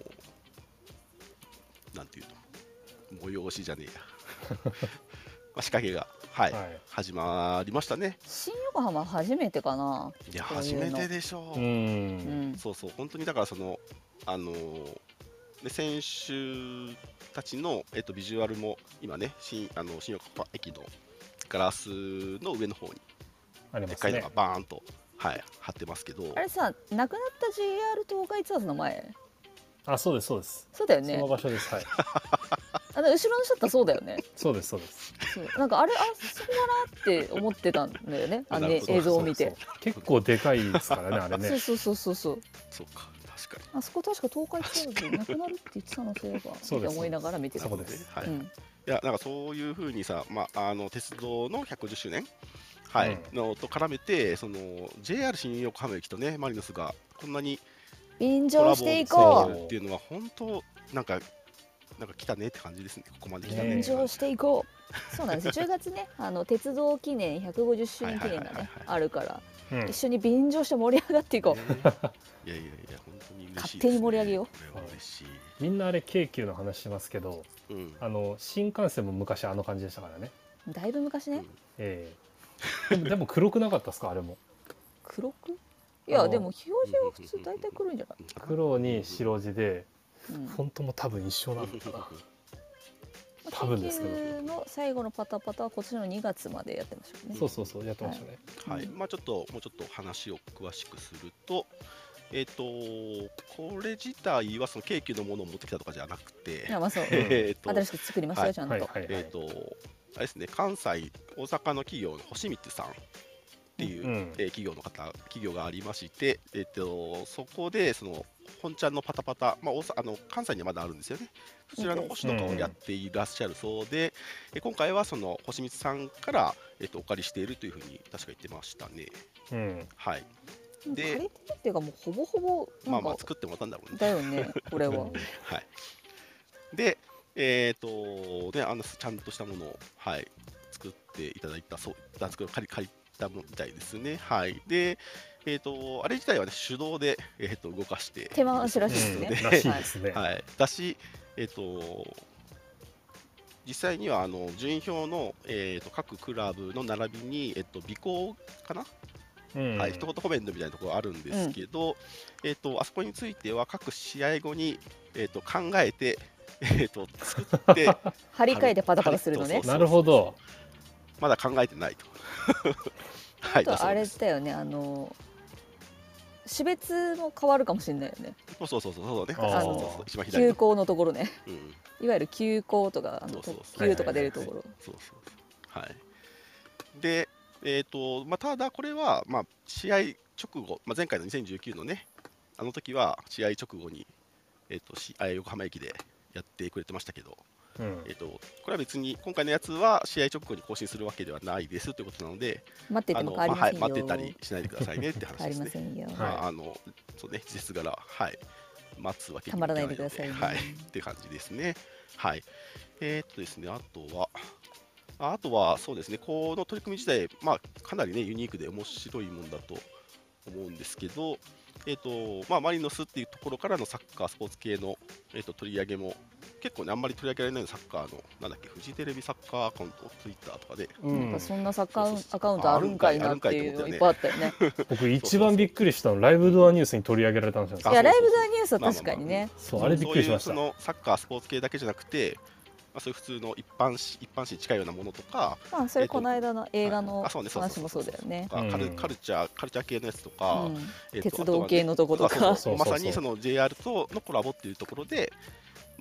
S2: なんていうの、催しじゃねえや、まあ仕掛けが、はい、
S1: はい
S2: 始まりましたね。
S3: 新横浜初めてかな。
S2: いや、
S3: こういうの
S2: 初めてでしょう。
S1: う
S3: うんん
S2: そうそう、本当にだから、その、あので選手たちの、えっと、ビジュアルも今ね、新あの新横浜駅のガラスの上の方に
S1: ありますね
S2: でっかいのがバーンと、はい、貼ってますけど、
S3: あれさ、亡くなった ジェイアール 東海ツアーズの前。
S1: あそうですそうです
S3: そうだよね
S1: その。場所ですはい
S3: あの後ろの人ってそうだよね。
S1: そうですそうです
S3: そうなんかあれあそこだなって思ってたんだよね。あのね
S2: なるほど
S3: 映像を見て。
S1: そうそう結構でかいですからねあれね
S3: そうそうそうそうそう。
S2: そうか、確かに。
S3: あそこ確か東海ツアーズなくなるって言ってたのそういえば。
S1: そうです
S3: って思いながら見てた。
S1: そこです
S2: はい、い
S3: うん。
S2: や、なんかそういうふうにさ、まあ、あの鉄道のひゃくごじゅっしゅうねん、はい
S1: うん
S2: のと絡めて、その ジェイアール 新横浜駅とね、マリノスがこんなに
S3: 便
S2: コラボ
S3: 乗してい
S2: で
S3: こ
S2: きるっていうのは、本当、なんか、なんか来たねって感じですね、ここまで来た
S3: う。
S2: ね。
S3: 便乗していこう。そうなんです。じゅうがつね、あの鉄道記念ひゃくごじゅっしゅうねん記念がね
S2: はいはいはいはい
S3: あるから、
S1: うん
S3: 一緒に便乗して盛り上がっていこう。
S2: ねいやいやいや、本当に嬉しいです、ね。
S3: 勝手に盛り上げよう
S2: これは嬉しい。
S1: みんなあれ京急の話しますけど
S2: うん。
S1: あの新幹線も昔あの感じでしたからね
S3: だいぶ昔ね。
S1: ええでもでも黒くなかったですかあれも
S3: 黒く？い
S1: あの
S3: やでも表示は普通大体黒いんじゃない？
S1: 黒に白地で
S3: うん。
S1: フォントも多分一緒なんだな多分ですけど
S3: 京急の最後のパタパタは今年のにがつまでやってましたよね。
S1: そうそうそうやってましたね、
S2: はい、
S3: うん
S2: まあちょっともうちょっと話を詳しくすると、えっ、とこれ自体はその京急のものを持ってきたとかじゃなくて
S3: い、やまあそう。
S2: えっと
S3: 新しく作りましたよ、
S2: はい
S3: ちゃんと。
S1: はいはいはい、
S2: えっ、とあれですね、関西大阪の企業の星光さんっていう、
S1: うん
S2: えー企業の方企業がありまして、えっ、とそこでその本ちゃんのパタパタ、まあ大阪あの関西にはまだあるんですよね。そちらの星とかをやっていらっしゃるそうで、え今回はその星光さんから、えっとお借りしているというふうに確か言ってましたね。
S1: うん
S2: はい。
S3: 借りて
S2: で
S3: るっていうかもうほぼほぼなんか
S2: まあまあ作ってもらったんだろうね。
S3: だよね、これは。
S2: はい。で、えっ、とね、あのちゃんとしたものを、はい、作っていただいたそう、あ作る借り借りたみたいですね。はい。で、えっ、とあれ自体はね手動でえっ、と動かして
S3: 手回しらしいですね。
S1: うんらしいですね、
S2: はい。だし、えっ、と実際にはあの順位表の、えー、と各クラブの並びに、えっと、尾行かな、
S1: うん
S2: はい、一言コメントみたいなところあるんですけど、えっと、あそこについては各試合後に、えっと、考えて、えっと、作って
S3: 張り替えてパタパタするのね
S2: そうそう。
S1: なるほど
S2: まだ考えてないと。はい、
S3: あとあれ
S2: だそうです。
S3: だよね、あの種別も変わるかもしれないよね。
S2: そうそうそうそうそうね。
S1: あー
S2: そうそうそう一番左の。
S3: 急行のところね。
S2: うん
S3: いわゆる急行とかあの
S2: そうそうそう
S3: 特急とか出るところ。
S2: そうそうそう。はい。で、えっ、と、まあ、ただこれは、まあ、試合直後、まあ、前回のにせんじゅうきゅうのね、あの時は試合直後に、えっ、と、試合横浜駅でやってくれてましたけど、
S1: うん
S2: えっ、と、これは別に今回のやつは試合直後に更新するわけではないですということなので、
S3: 待ってて
S2: あの
S3: も変わりませんよ。
S2: まあはい、待ってたりしないでくださいねって話
S3: 変わり
S2: ですね。
S3: ませんよ。
S2: ま
S1: はい
S2: あ、あの、そうね、実質柄、はい、待つわけに
S3: たまらないでくださいね。
S2: はい、っていう感じですね。はい。えーっとですね、あとは、ああとはそうですね、この取り組み自体、まあ、かなりね、ユニークで面白いもんだと思うんですけど、えーっとまあ、マリノスっていうところからのサッカー、スポーツ系の、えーっと取り上げも、結構ね、あんまり取り上げられないのサッカーの、なんだっけ、フジテレビサッカーアカウント、ツイッターとかで、
S1: うん
S3: なんかそんなサッカ
S2: そうそうそう
S3: ーアカウントあるんかいなっていうのいっぱいあったよね。
S1: 僕一番びっくりしたのライブドアニュースに取り上げられたんですよ
S2: あ
S3: いやライブ
S2: そうそうそう
S3: ドアニュースは確かにね。
S1: そうあれびっくりしました
S2: そういうそのサッカー、スポーツ系だけじゃなくて、まあ、そういう普通の一般紙一般紙に近いようなものとか、
S3: まあそれこの間の映画の
S2: あそうねそう
S3: 話もそうだよね。
S2: とかカル
S1: うん
S2: カルチャー、カルチャー系のやつと
S3: う
S2: か、
S3: ん
S2: えっと
S3: 鉄道系のとことか
S2: あとはねそうそう
S1: そうそうそう
S2: まさにその ジェイアール とのコラボっていうところで、まあ、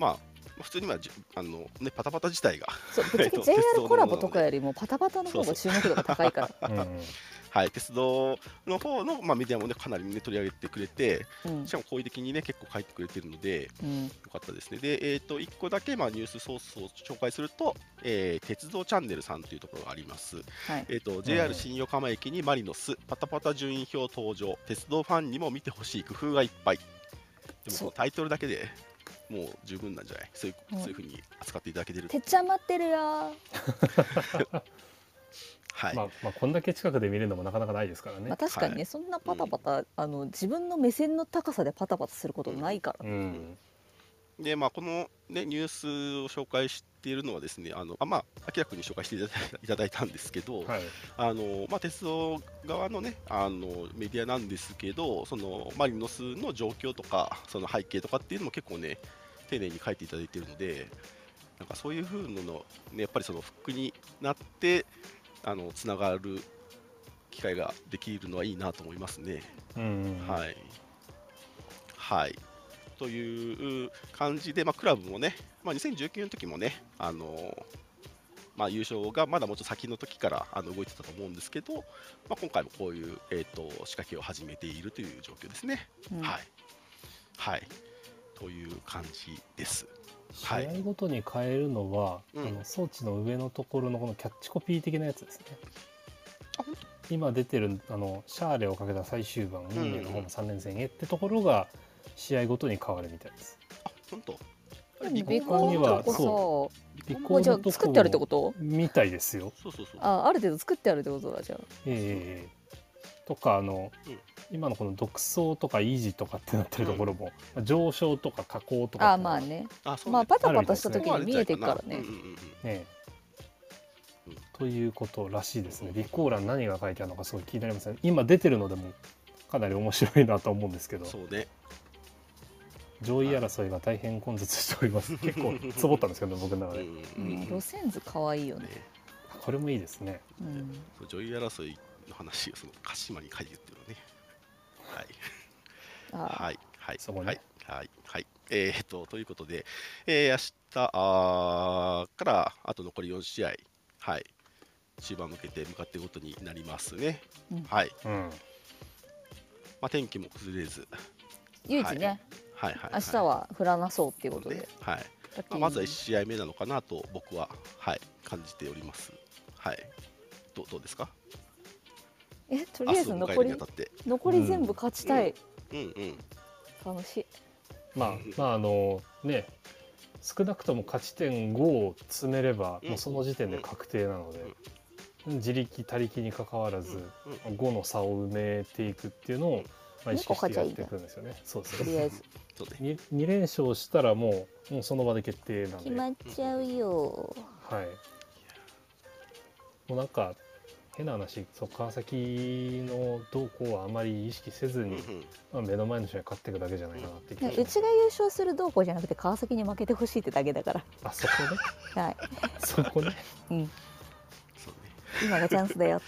S2: あ普通にまあじあのねパタパタ自体が
S3: そうぶっちゃけ
S2: えっと
S3: ジェイアール
S2: 鉄道の
S3: コラボとかよりもパタパタの方
S2: そうそう
S3: が注目度が高いから。
S1: うん
S2: はい鉄道の方のまあメディアもねかなりね取り上げてくれて、
S3: うん
S2: しかも好意的にね結構書いてくれてるので
S3: うん
S2: よかったですね。で、えっ、といっこだけまあニュースソースを紹介すると、えー鉄道チャンネルさんというところがあります。
S3: はい。
S2: えっ、と ジェイアール 新横浜駅にマリノスパタパタ順位表登場。鉄道ファンにも見てほしい工夫がいっぱい。でも
S3: そう
S2: このタイトルだけでもう十分なんじゃない？そういう
S3: うん
S2: そういう風に扱っていただけてる。
S3: てっちゃん待ってるよ。
S2: はい。
S1: まあまあこんだけ近くで見れるのもなかなかないですからね
S3: まあ。確かにね、
S2: はい
S3: そんなパタパタ、あの自分の目線の高さでパタパタすることないから。
S1: うん
S2: でまあこのねニュースを紹介しているのはですね、あのあまあ明らかに紹介していただいたいただいたんですけど、
S1: はい
S2: あのまあ、鉄道側の,、ね、あのメディアなんですけど、そのマリノスの状況とか、その背景とかっていうのも結構ね、丁寧に書いていただいているので、なんかそういう風のの、ね、やっぱりそのフックになって、あのつながる機会ができるのはいいなと思いますね。
S1: うん
S2: はい、はいという感じで、まあ、クラブもね、まあ、にせんじゅうきゅうねんの時もね、あのまあ、優勝がまだもうちょっと先の時からあの動いてたと思うんですけど、まあ、今回もこういう、えー、と仕掛けを始めているという状況ですね。
S3: うん
S2: はい、はい、という感じです。
S1: 試合ごとに変えるのは、
S2: うん
S1: あの装置の上のところのこのキャッチコピー的なやつですね。
S2: あ本
S1: 今出てるあのシャーレをかけた最終盤、
S2: ん
S1: いいねの方もさん連戦へってところが試合ごとに変わるみたいです。
S2: あ本当
S3: でも
S1: ビコンには
S3: そ
S1: ビ
S3: うじゃあ
S1: コンのとこ
S3: 作ってあるってこと？
S1: みたいですよ。
S2: そうそうそう。
S3: あ、ある程度作ってあるってことだじゃあ。
S1: えー、とかあの、
S2: うん
S1: 今のこの独走とか維持とかってなってるところも、まあ上昇とか下降とか
S3: あ、
S1: っていうのが
S3: まあね。
S2: あそうね
S3: まあパタパタした
S1: あるみ
S3: 時に見えてるからね。
S2: うんうんうんうん
S1: ね
S2: うん
S1: ということらしいですね。備考欄何が書いてあるのかすごい気になりますね。今出てるのでもかなり面白いなと思うんですけど、
S2: そうね。
S1: 上位争いが大変混雑しております。結構つぼったんですけど、僕の中で。
S2: うんうん
S3: う
S2: うん
S3: ん、路線図可愛いよね。
S2: ね
S1: これもいいですね。
S3: うん。
S2: そう上位争いの話をその鹿島に書いてるっていうのね。はい。
S3: あ、
S2: はい、はい、
S1: そこね
S2: はい、はい、はい。えー、と、ということで、えー、明日あーからあと残りよん試合、はい、終盤向けて向かっていくことになりますね。
S3: うん
S2: はい、
S1: うん。
S2: まあ、天気も崩れず、
S3: 唯一ね、
S2: はい、はい、
S3: 明日は降らなそうっていうことで。
S2: はい、
S3: さっき
S2: まあ、まずはいち試合目なのかなと僕は、はい、感じております。はい、どうどうですか？
S3: え、とりあえず
S2: 明日を迎え
S3: 残り
S2: るにあたって、
S3: 残り全部勝ちたい。
S2: うんうん、
S3: 楽しい。
S1: まあまああのね、少なくとも勝ち点ごを詰めれば、
S2: うん
S1: もうその時点で確定なので、自力他力に関わらず、
S2: うん
S1: ごの差を埋めていくっていうのを、まあ、意識してやっていくんですよね。そうですね。
S3: とりあえず
S2: そうね。
S1: にに連勝したらもうもうその場で決定なんで、
S3: 決まっちゃうよ。
S1: はい。もうなんか変な話、そう川崎の動向はあまり意識せずに、
S2: うんうん
S1: まあ、目の前の試合勝っていくだけじゃないかなって気がします。
S3: ねうちが優勝するどうこうじゃなくて川崎に負けてほしいってだけだから。
S1: あそこね、
S3: はい。
S1: そこね。
S3: うん。
S2: そうね。
S3: 今がチャンスだよ。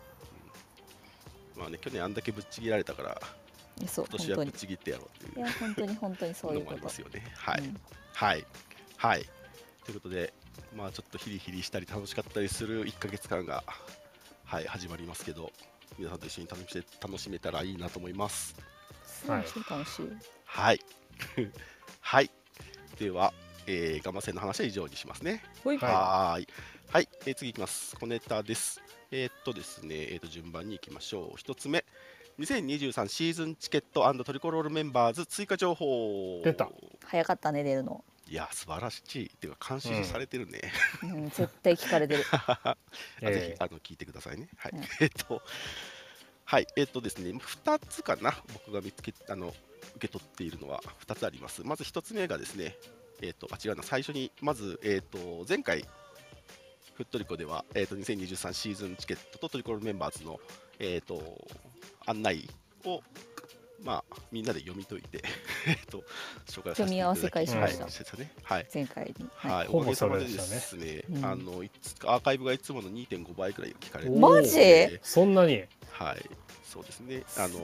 S2: まあね、去年あんだけぶっちぎられたから、
S3: そう
S2: 今年はぶっ
S3: 本当に。
S2: ちぎってやろうっていう
S3: いや本当に本当にそうい
S2: のもあ
S3: うこと。
S2: りますよね。はい、
S3: うん
S2: はい、はい。ということで、まあちょっとヒリヒリしたり楽しかったりするいっかげつかんが、はい、始まりますけど、皆さんと一緒に楽しめ楽しめたらいいなと思います。
S1: はい
S3: すごい楽しい。
S2: はい。はい。では、えー、ガマ戦の話は以上にしますね。
S3: ほい
S1: はい
S2: はーい。はい、えー次いきます。小ネタです。えーっとですね、えーっと順番に行きましょう。一つ目、にせんにじゅうさんシーズンチケット&トリコロールメンバーズ追加情報。
S1: 出た。
S3: 早かったね出るの。
S2: いや、素晴らしい。っていうか、監視されてるね。
S3: うん、絶対聞かれてる。
S2: あ
S1: えー
S2: ぜひあの聞いてくださいね。はい。
S3: うん
S2: えーっと、はい、えーっとですね、ふたつかな、僕が見つけあの受け取っているのはふたつあります。まずひとつめがですね、えーっと、あ、違うな、最初に、まず、えーっと、前回、フットリコでは、えー、とにせんにじゅうさんシーズンチケットとトリコロールメンバーズの、えー、と案内を、まあ、みんなで読み解いてえーと紹介させていただき
S3: 読み合わせ会しました
S2: はいですねはい
S3: 前回に。
S2: はい、
S1: ほぼ
S2: おかげさまで
S1: それでしたね
S2: ですね、
S3: うん
S2: あのいつアーカイブがいつものにてんごばいくらい聞かれて
S1: おー
S3: マジ
S2: え
S1: そんなに。
S2: はい、そうですね、あの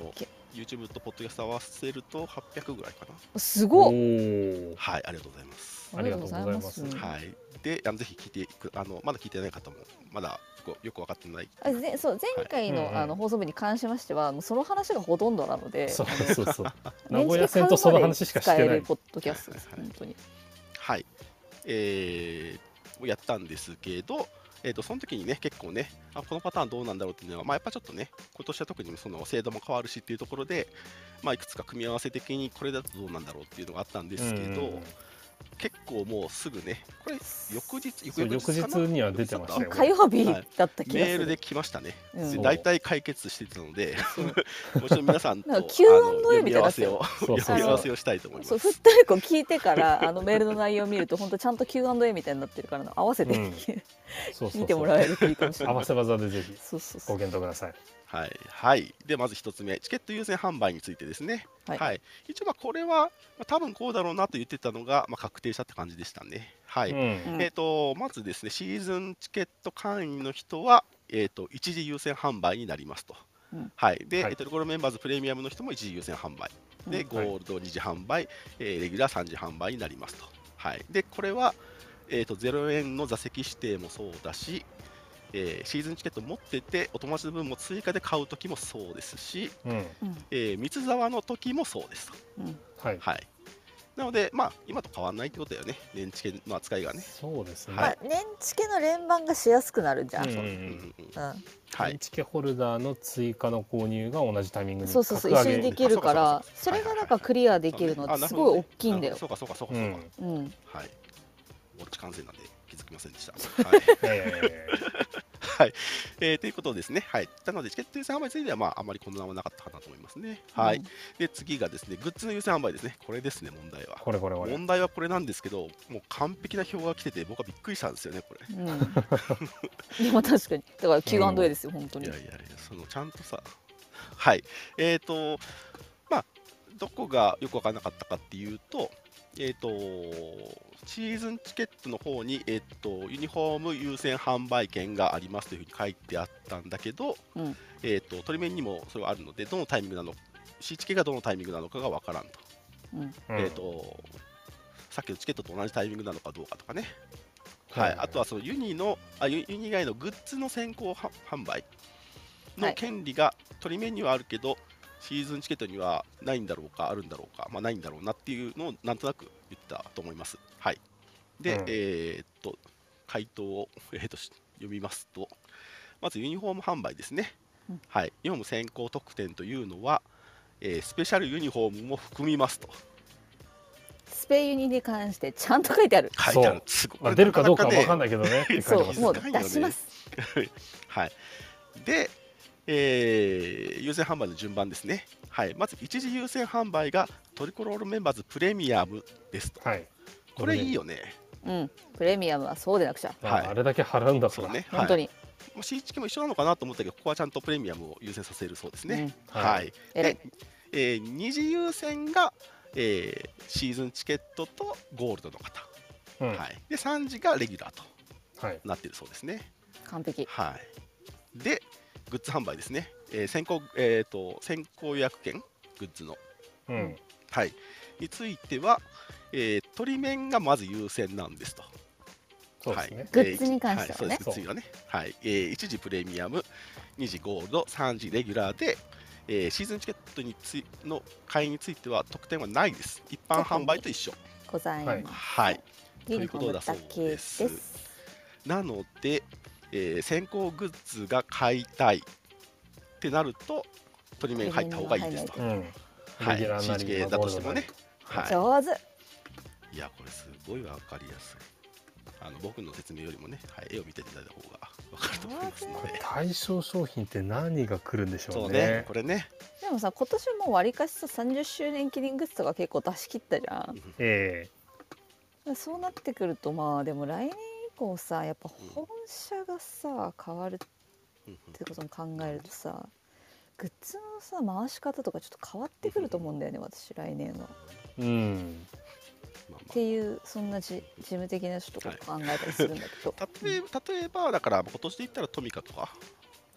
S2: YouTube とポッドキャスト合わせるとはっぴゃくぐらいかな。
S3: すごっ。
S1: お
S2: はい、ありがとうございます。
S1: ありがとうございます
S2: はい、であのぜひ聞いていくあのまだ聞いてない方もまだよくよく分かってない。
S3: あぜそう前回の、
S1: はい
S3: あの放送部に関しましてはもうその話がほとんどなので、
S1: そうそうそう名
S3: 年
S1: 古屋線とその話しかしてない
S3: 使えるポッドキャストです、
S2: はいはいはい
S3: 本当に。
S2: はい、えー、をやったんですけど、えー、とその時にね結構ねあこのパターンどうなんだろうっていうのは、まあ、やっぱちょっとね今年は特にその制度も変わるしっていうところで、まあ、いくつか組み合わせ的にこれだとどうなんだろうっていうのがあったんですけど、
S1: うん
S2: 結構もうすぐねこれ翌日
S1: そう翌日には出てましたよ
S3: 火曜日だった気がする。
S2: メールで来ましたね。
S3: うん
S2: で大体解決してたので、もうちょっと皆さんと
S3: なんか キューアンドエー
S2: あの読み合わせを
S1: そうそう
S2: 読み合わせをしたいと思います。
S3: そうふったりこ聞いてからあのメールの内容を見ると本当ちゃんと キューアンドエー みたいになってるから合わせて、
S1: うんそうそうそう
S3: 聞いてもらえるといいかもしれない。
S1: 合わせ技でぜひ
S3: そうそうそう。
S1: ご検討ください。
S2: はいはい、でまず一つ目チケット優先販売についてですね。
S3: は
S2: はいい、一応まあこれは、まあ、多分こうだろうなと言ってたのが、まあ、確定したって感じでしたね。はい、
S1: うん
S3: うん
S2: えー、とまずですねシーズンチケット会員の人は、えー、と一時優先販売になりますと。
S3: うん
S2: はい、で、
S1: はい
S2: えー、とゴールドメンバーズプレミアムの人も一時優先販売で、
S3: うん
S2: ゴールドに次販売、えーレギュラーさん次販売になりますと。はい、でこれは、えー、とゼロえんの座席指定もそうだし、えーシーズンチケット持っててお友達の分も追加で買うときもそうですし、
S1: うん
S3: うん
S2: えー三つ沢の時もそうですと。
S3: うん
S1: はい
S2: はい、なので、まあ、今と変わらないってことだよね、年チケの扱いがね。
S1: そうですね、
S2: はい
S3: まあ年チケの連番がしやすくなるじゃん。
S1: うんうんうん
S2: うんうんうん
S3: うん
S2: はい、
S1: チケホルダーの追加の購入が同じタイミングに
S3: そうそうそう
S1: 格上げ
S3: 一緒にできるから
S2: あそうかそうかそうか
S3: それがなんかクリアできるのってすごい大きいんだよ。
S2: そうかそうかそうか
S1: う
S2: そうか、
S1: ん
S3: うん
S2: はい、ウォッチ完成なんで気づきませんでした。はい
S1: いやいやいやいや
S2: はい、えーということですね。はい。なので、チケット優先販売については、まあ、あまり混乱はなかったかなと思いますね。はい。
S3: うん
S2: で、次がですね、グッズの優先販売ですね。これですね、問題は。
S1: これこれこれ
S2: 問題はこれなんですけど、もう完璧な表が来てて、僕はびっくりしたんですよね、これ。
S3: うんでも確かにだから キューアンドエー ですよ本当に
S2: いや。いやいや、そのちゃんとさ、はい。えーと、まあ、どこがよく分からなかったかっていうと、えーと、シーズンチケットの方に、えーと、ユニフォーム優先販売権がありますというふうに書いてあったんだけど、
S3: うん
S2: えーと、取り面にもそれがあるので、どのタイミングなのか、シーチケがどのタイミングなのかが分からんと。
S3: うん
S1: うん
S2: えーと、さっきのチケットと同じタイミングなのかどうかとかね。はい、
S1: はいはい
S2: あとはそのユニのあユユニ以外のグッズの先行は販売の権利が取り面にはあるけど、シーズンチケットにはないんだろうかあるんだろうか、まあ、ないんだろうなっていうのをなんとなく言ったと思います。はい、で、
S1: うん
S2: えーっと回答を、えーっとし読みますと、まずユニフォーム販売ですね。
S3: うん
S2: はい、ユニフォーム先行特典というのは、えースペシャルユニフォームも含みますと
S3: スペユニに関してちゃんと書いてある。
S2: 書いてある。すごい
S1: まあ、出るかどうかは分かん
S2: ない。
S1: ないけどねって
S3: そうもう
S1: 感じですね
S3: 出します。
S2: はい、で、えー優先販売の順番ですね。はい、まず一時優先販売がトリコロールメンバーズプレミアムですと。
S1: はい
S2: これいいよね。
S3: うんプレミアムはそうでなくちゃ
S1: まあ
S2: はい
S1: あれだけ払うんだから
S2: そうね。
S3: 本当に。
S2: はい、まあ C チケも一緒なのかなと思ったけど、ここはちゃんとプレミアムを優先させるそうですね。
S1: うん
S2: は。
S1: はい
S3: 偉い
S2: で、えー二次優先が、えーシーズンチケットとゴールドの方。
S1: うん
S2: はい。で、三次がレギュラーと
S1: はい
S2: なっているそうですね。
S3: 完璧。
S2: はい。で、グッズ販売ですね。えー先行、えーと、先行予約券、グッズの。
S1: うん
S2: はい。については、えー、取り面がまず優先なんですと。
S1: そうですね
S2: はい
S3: グッズに関してはね
S2: えーそうです、グッズがね。はい。えー、いち次プレミアム、に次ゴールド、さん次レギュラーで、えーシーズンチケットについの会員については特典はないです。一般販売と一緒。
S3: ございます。
S2: はい。
S3: ユニフォームだけで
S2: ということだそう
S3: す。
S2: なので、えー先行グッズが買いたいってなると、取り面入った方がいいですと。
S1: うん
S2: はい
S1: レギュラーなり
S2: シージケー だとしてもね。はい。
S3: 上手。
S2: いや、これすごいわかりやすい。あの僕の説明よりもね、はい、絵を見ていただいた方がわかると思いますので。
S1: 対象商品って何が来るんでしょ
S2: そうう
S1: ね
S2: ね、これね。
S3: でもさ今年もわりかしささんじゅっしゅうねん記念グッズとか結構出し切ったじゃん。
S1: え
S3: そうなってくるとまあでも来年以降さやっぱ本社がさ変わるっ
S2: うん
S3: てことも考えるとさグッズのさ回し方とかちょっと変わってくると思うんだよね私来年は。
S1: えうん
S2: まあま
S3: っていうそんなじ事務的なちょっとこと考えたりするんだけど、
S2: あ例えば例えばだから今年で言ったらトミカとか、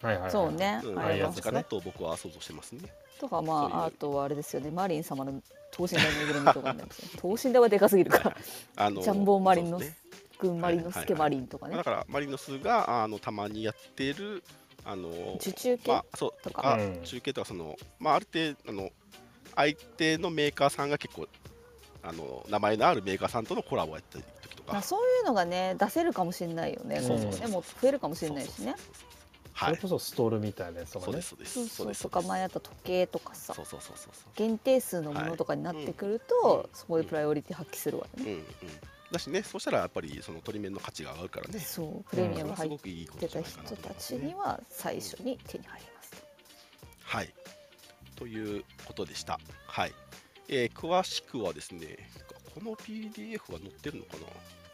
S1: はいはいはい、
S3: そうね、
S2: うん、
S3: あ
S1: ああいうやつ
S2: 感じかなと僕は想像してますね。
S3: とかま
S2: そういう
S3: ああとはあれですよね、マリン様の等身大ぬいぐるみとかね等身大はでかすぎるか
S2: あの
S3: ジャンボマリンの
S2: そうですね
S3: 軍マリンのスケマリンとかね、
S2: まあだからマリノスがあのたまにやってるあの
S3: 受注系
S2: まあ、そう
S3: とか
S2: とか、
S1: うん
S2: 中継とかその、まあ、ある程度あの相手のメーカーさんが結構あの名前のあるメーカーさんとのコラボをやったり時とか、
S3: まあそういうのがね出せるかもしれないよね、
S1: そう
S3: 今後ね、
S1: そうそう
S3: もっと増えるかもしれないしね。
S2: はい
S1: それこそストールみたいなやつとかね。
S2: そうですそうです
S3: そうそう
S2: です
S3: とか前あった時計とかさ
S2: そうそうそうそうそう
S3: 限定数のものとかになってくると、
S2: はいうん
S3: そこでプライオリティ発揮するわよね、
S2: うんうんだしね、そうしたらやっぱりその取り面の価値が上がるからね。
S3: そうプレミアム
S2: それはすご
S3: 入っ
S2: くいいこと
S3: てた
S2: じゃないかなと
S3: 人た
S2: 思いますね
S3: ちには最初に手に入りますと。
S2: はい。ということでした。はい。えー詳しくはですね、この ピーディーエフ は載ってるのかな。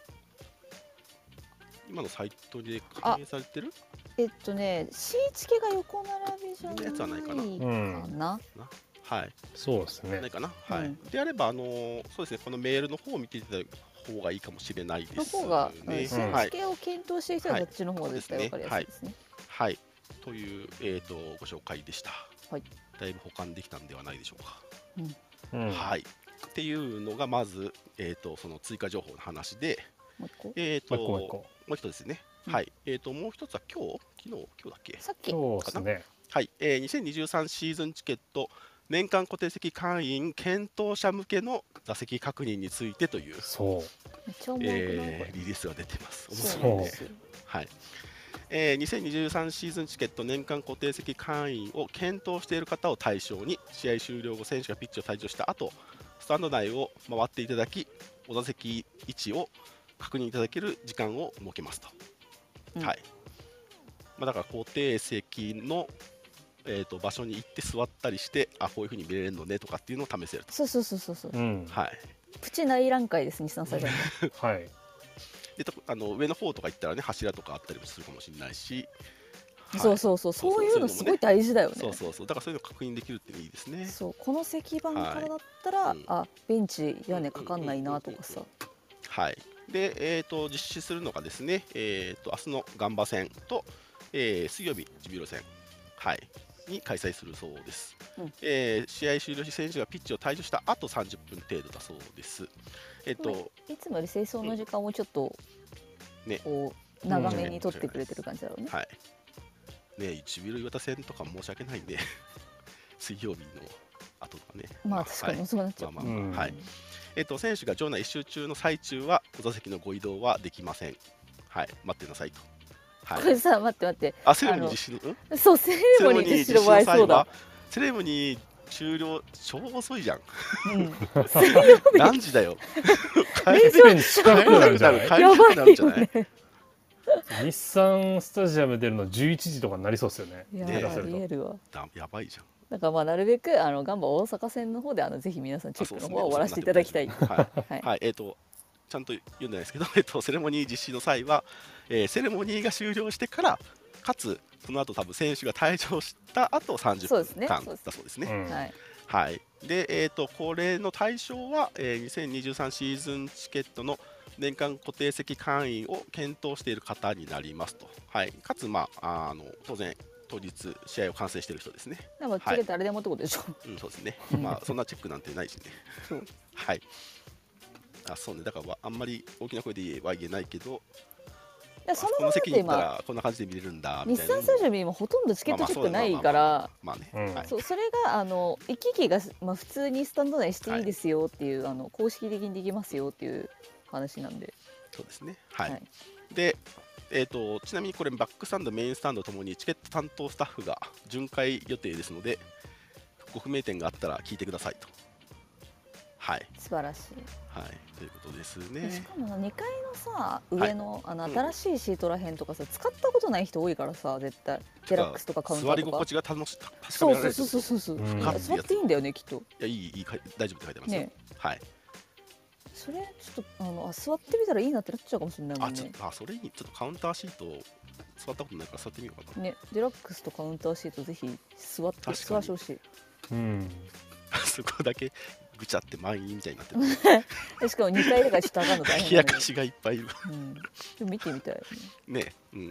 S2: 今のサイトで確認されてる？
S3: えっとね、シーチケが横並びじゃない
S2: やつはないかな
S3: かな。
S2: はい。
S1: そうですね
S2: ないかな。はい。
S3: うん
S2: であればあのーそうですね、このメールの方を見ていただく方がいいかもしれないで
S3: の
S2: すね。
S3: 方が、うん、シ
S1: うん
S2: はい
S3: ーチケを検討している人はそっちの方が絶対わかりやすいですね。
S2: はい。というえっ、とご紹介でした。
S3: はい。
S2: だいぶ保管できたんではないでしょうか。
S1: うん
S2: はい。っていうのがまずえっ、とその追加情報の話で、
S3: もう一個
S2: えっ、と
S1: もう一個もう一個
S2: もう一つですね。
S3: うん
S2: はい。えっ、ともう一つは今日昨日今日だっけ？
S3: さっき
S1: そうですね。
S2: はい。えー、にせんにじゅうさんシーズンチケット年間固定席会員検討者向けの座席確認についてという、
S1: そう
S3: めっちゃ重くないこれ。
S2: えーリリースが出てます。
S3: そう
S1: そう
S3: なんですよ。
S2: はい。えー、にせんにじゅうさんシーズンチケット年間固定席会員を検討している方を対象に試合終了後選手がピッチを退場した後スタンド内を回っていただきお座席位置を確認いただける時間を設けますと、
S3: うん
S2: はい、まあ、だから固定席の、えー、と場所に行って座ったりしてあこういうふうに見れるのねとかっていうのを試せると、
S3: そうそうそうそうそう。
S1: うん
S2: はい、
S3: プチ内覧会です日産スタジアム。
S1: はい
S2: でとあの上の方とか行ったらね柱とかあったりもするかもしれないし、はい
S3: そうそうそう、そういうのすごい大事だよね。
S2: そうそうそうだからそういうの確認できるっていいですね。
S3: そうこの石板からだったら、
S2: はいうん
S3: あベンチ屋根かかんないなとかさ。
S2: はい。で、えー、と実施するのがですね、えー、と明日のガンバ戦と、えー水曜日ジュビロ戦、はい、に開催するそうです、
S3: うん
S2: えー試合終了し選手がピッチを退場した後さんじゅっぷん程度だそうです。えっ、と、
S3: いつもより清掃の時間をちょっと、
S2: ね
S3: こう長めに取ってくれてる感じだろうね。
S2: はい。ね、ジュビロ磐田戦とか申し訳ないんで、水曜日の後とかね。
S3: まあ確かに遅くなっちゃう。
S2: まあまあまあ、
S1: うん
S2: はい。えっ、と選手が場内一周中の最中はお座席のご移動はできません。はい、待ってなさいと。はい。
S3: これさ待って待って。
S2: あ、セレモニー実施の、ん
S3: そうセレモニー実施の場合そうだ。
S2: セレモニー終了超遅いじゃん。
S3: うん。
S2: 何時だよ。
S3: 練習
S1: に近くなるんじゃない
S2: 帰りたくなるんじゃない。
S1: 日産スタジアム出るのじゅういちじとかになりそうですよね。
S3: いや
S2: ね
S3: ありえるわ。
S2: だやばいじゃん。
S3: だからまあなるべくあのガンバ大阪戦の方であのぜひ皆さんチェックの方は終わらせていただきたい。
S2: はい。
S3: はい。
S2: はい、えっ、とちゃんと読んでないですけど、えっ、とセレモニー実施の際は、えーセレモニーが終了してからかつその後多分選手が退場した後さんじゅっ
S3: そうですね
S2: ぷんかん
S3: そうです
S2: だそうですね。
S1: うん
S3: はい。
S2: はい。で、えっ、とこれの対象は、えーにせんにじゅうさんシーズンチケットの年間固定席会員を検討している方になりますと。はい。かつまああの当然当日試合を観戦している人ですね。
S3: でもチケット誰でもってことでしょ。
S2: うん、そうですね。まあそんなチェックなんてないしね。
S3: そう。
S2: はい。あ、そうね。だからあんまり大きな声で言えは言えないけど、
S3: いやそ
S2: あこの
S3: のままで
S2: 席に行った
S3: 今
S2: らこんな感じで見れるんだみ
S3: 日
S2: たいな。
S3: 産スタジアムに今ほとんどチケットチェックないから。
S2: まあね。
S1: うん
S2: はい。
S3: そうそれがあの行き来が、まあ、普通にスタンド内していいですよっていう、あの公式的にできますよっていう話なんで、
S2: そうですね。はい。
S3: はい
S2: で、えー、とちなみにこれバックスタンドメインスタンドともにチケット担当スタッフが巡回予定ですのでご不明点があったら聞いてくださいと。はい、
S3: 素晴らしい。
S2: はい、ということです
S3: し
S2: ね。
S3: かもにかいのさ
S2: はい
S3: 上の,、あの
S2: うん
S3: 新しいシートらへんとかさ使ったことない人多いからさ絶対デラックスとかカウンタ
S2: 座り心
S3: ーとか
S2: 地が楽し確か
S3: そう
S2: められると
S3: そうそうそうそう、
S1: うん
S3: いや座っていいんだよねきっと
S2: いやいいいいか大丈夫って書いてますよ。
S3: ね。
S2: はい。
S3: それちょっとあのあ座ってみたらいいなってなっちゃうかもしれないも
S2: あちょっ
S3: んね
S2: とあそれにちょっとカウンターシート座ったことないから座ってみようかな。
S3: ねデラックスとカウンターシートぜひ座って
S2: 確かに
S3: 座らしてほしい。
S1: うん
S2: そこだけぐちゃって満員みたいになってる。
S3: でしかもにかいだからちょっと上がるの大
S2: 冷
S3: 変なのに、
S2: やかしがいっぱいいる。
S3: うん、でも見てみたいよね。
S2: ね、うん。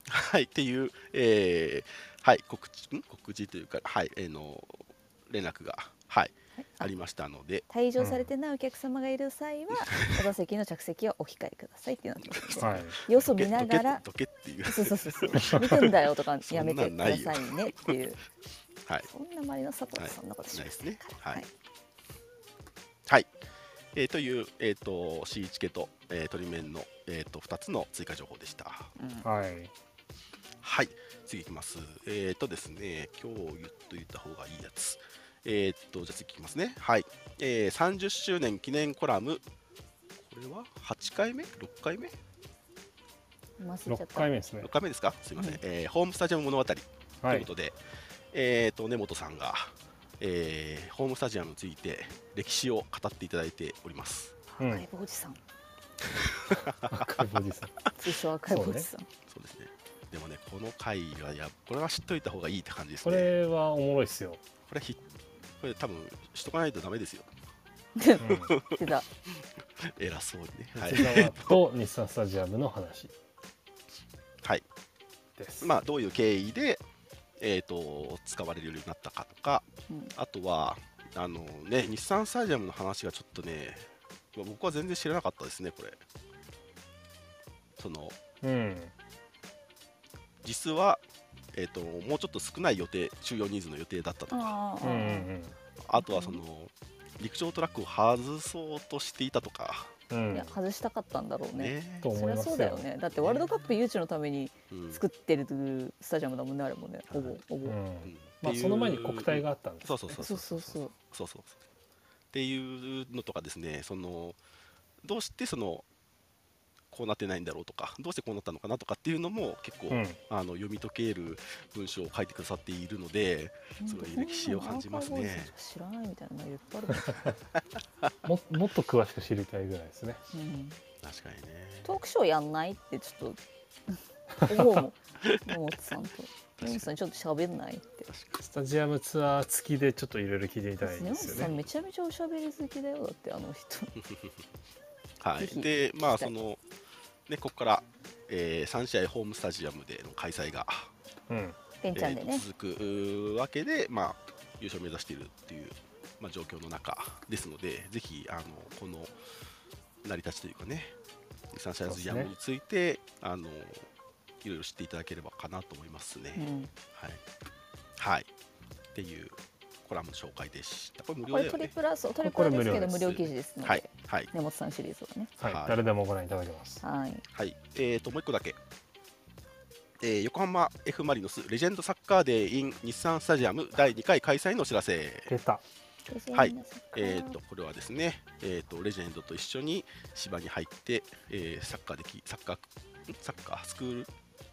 S2: はい、っていう、えーはい、告知ん告知というか、はい、えーの連絡が、はい、
S3: あ
S2: ありましたので、
S3: 退場されてないお客様がいる際は、お座席の着席はお控えくださいってなってますので、
S1: はい。
S3: 様子を見ながら
S2: どけどけっていう、
S3: そうそうそうそう見てんだよとか
S2: そんな
S3: やめてく
S2: んないよ
S3: ださいねっていう
S2: はい、
S3: そんなマリノサポートそんなことしま
S2: ないですね。
S3: せんから。
S2: はい、はいえーという、えー、と シー チケと、えー、トリメンの、えー、とふたつの追加情報でした。
S3: うん
S1: はい。
S2: はい、次いきます。えっ、とですね、今日言っといた方がいいやつ。えっ、と、じゃあ次いきますね。はい、えー、さんじゅっしゅうねん記念コラム、これははちかいめ ?ろっ 回目
S3: 忘れちゃ
S1: 六
S3: った
S1: 回目ですね
S2: ?ろっ。かいめですかすいません。
S3: うん
S2: えーホームスタジアム物語という
S1: はい
S2: こと。で、えっ、と、根本さんが、えーホームスタジアムについて歴史を語っていただいております。
S1: うん
S3: 赤いおじさん
S1: 赤いおじさん。
S3: 通称赤いおじさん、
S2: そうですね。でもね、この回は、いや、これは知っといた方がいいって感じです
S1: こ
S2: ね。
S1: れはおもろいっすよ。
S2: これひ、これ多分しとかないとダメですよ。
S1: うん。
S3: 出た
S2: 偉そうにね。はい
S1: 吉。沢と日産スタジアムの話
S2: はい。
S1: です。
S2: まあ、どういう経緯で、えー、と使われるようになったかとか、
S3: うん
S2: あとはあの、ね、日産スタジアムの話がちょっとね、僕は全然知らなかったですね、これ。その
S1: うん。
S2: 実は、えー、ともうちょっと少ない予定、収容人数の予定だったとか、
S3: あ
S1: うんうん
S2: あとはその陸上トラックを外そうとしていたとか、
S1: うん。うん
S3: いや。外したかったんだろうね
S2: ね
S1: と
S3: そりゃ
S1: 思いますよ。
S3: そうだよねだってワールドカップ誘致のために
S2: うん
S3: 作ってるスタジアムだもんねあれもねほぼほぼ、
S1: うん。
S2: うん
S1: まあ
S2: っていう
S1: その前に国体があったんです。
S2: そうそうそう
S3: そうそうそう
S2: そうそうっていうのとかですね、そのどうしてそのこうなってないんだろうとか、どうしてこうなったのかなとかっていうのも結構、
S1: うん。
S2: あの読み解ける文章を書いてくださっているので、すごい歴史を感じますね。
S3: 知らないみたいなのいっぱいあるもん
S1: ももっと詳しく知りたいぐらいですね。
S3: うん
S2: 確かにね。
S3: トークショーやんないってちょっと思うもん野本さんと野本さんちょっと喋んないって
S1: スタジアムツアー付きでちょっといろいろ聞いてみたい
S3: 野本
S1: ですよね。
S3: さんめちゃめちゃおしゃべり好きだよだってあの人
S2: はい。
S3: ぜひ
S2: で、まあ
S3: 聞きたい
S2: そのね、ここから、えー、さん試合ホームスタジアムでの開催が、
S1: うん。
S3: ペンちゃんでね
S2: えー、続くわけで、まあ優勝を目指しているっていう、まあ、状況の中ですので、ぜひあのこの成り立ちというかね、サンシャインスタジアムについて、あのいろいろ知っていただければかなと思いますね。
S3: うん
S2: はい、はい、っていうコラムの紹介でした。これ無料
S3: これトリ
S2: だよね。
S3: プラそうトリプ
S1: これ
S3: ラですけど
S1: 無料です
S3: 無料記事ですので、
S2: はい、はい、
S3: 根本さんシリーズはね
S1: はい、
S2: はい
S1: 誰でもご覧いただけます。
S3: はい
S2: はい。えーともう一個だけ。えー横浜 F ・マリノスレジェンドサッカーデー in 日産スタジアムだいにかい開催のお知らせ。
S1: 出た。
S2: はいえー、とこれはですね、えー、とレジェンドと一緒に芝に入って、えーサッカーできサッカーんサッカースクール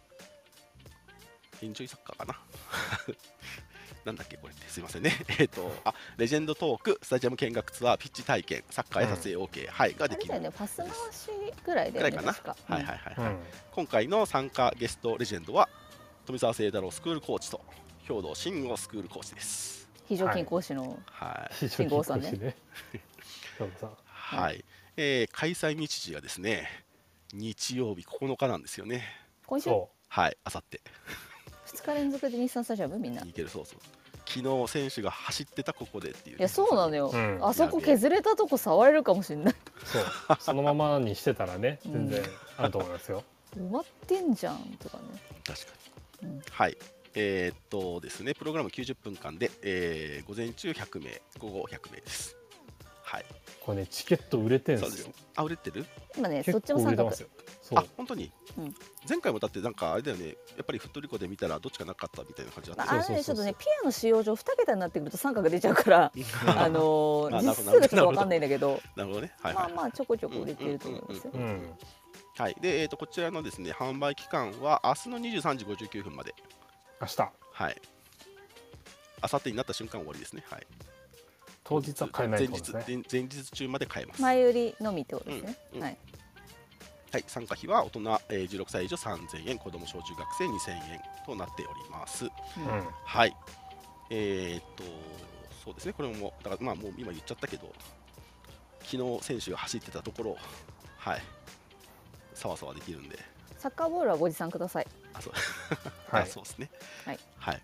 S2: エンジョイサッカーかななんだっけこれってすいませんねえっとあレジェンドトークスタジアム見学ツアーピッチ体験サッカーへ撮影 OK、はいが
S3: あれだよ
S2: できる
S3: ねパス回しぐらいだよ
S2: くらいかな、
S3: ね確か
S2: はいはいはい、はい
S1: うん。
S2: 今回の参加ゲストレジェンドは富澤清太郎スクールコーチと兵藤慎吾スクールコーチです。
S3: 非常勤講師の
S2: はい
S1: 非常
S3: 信号さんね
S1: にね。そうさん。
S2: はい、えー開催日時がですね日曜日ここのかなんですよね。
S3: 今週
S1: そ
S2: はいあさって
S3: ふつか連続で日産スタジアムみんない
S2: に行けるそうそう昨日選手が走ってたここでっていう、
S3: やそうなのよ、
S1: うん
S3: あそこ削れたとこ触れるかもしれないう
S1: そう。そのままにしてたらね、
S3: うん
S1: 全然あると思いますよ。
S3: 埋まってんじゃんとかね
S2: 確かに、
S3: うん
S2: はいえーっとですねプログラムきゅうじゅっぷんかんで、えー午前中ひゃくめい午後ひゃくめいです。はい
S1: これね、チケット売れてんすよ
S2: そうですね。あ売れてる
S3: 今ねそ
S1: 結
S3: っちも三角
S1: 構売れてますよ。そ
S2: あ
S1: う。
S2: 本当に、
S3: うん
S2: 前回もだってなんかあれだよねやっぱりフットリコで見たらどっちかなかったみたいな感じだった
S3: まあ、あ
S2: よね
S3: れねちょっ
S1: そうそうそうそう
S3: とねピアの使用上に桁になってくると三角出ちゃうからあのー
S2: あ
S3: 実数がちょっと分かんないんだけど
S2: なるほどねはいはい
S3: まあまあちょこちょこ売れてると思いますよ
S1: う。ん。
S2: はいでえー、とこちらのですね販売期間は明日のにじゅうさんじごじゅうきゅうふんまで
S1: 明日
S2: はい明後日になった瞬間終わりですねはい
S1: 当日は買えない
S2: 前日
S1: ってことですね。
S2: 前前日中まで買えます、
S3: 前売りのみってことですね。
S2: うんうん
S3: はい。
S2: はい、参加費は大人、えーじゅうろくさい以上さんぜんえん子供小中学生にせんえんとなっております。
S1: うん。
S2: はいえー、っとそうですねこれもだからまあもう今言っちゃったけど昨日選手が走ってたところはいさわさわできるんで
S3: サッカーボールはご持参ください。
S2: あ、そう、
S1: はい
S2: あ、そうですね。
S3: はい
S2: はい。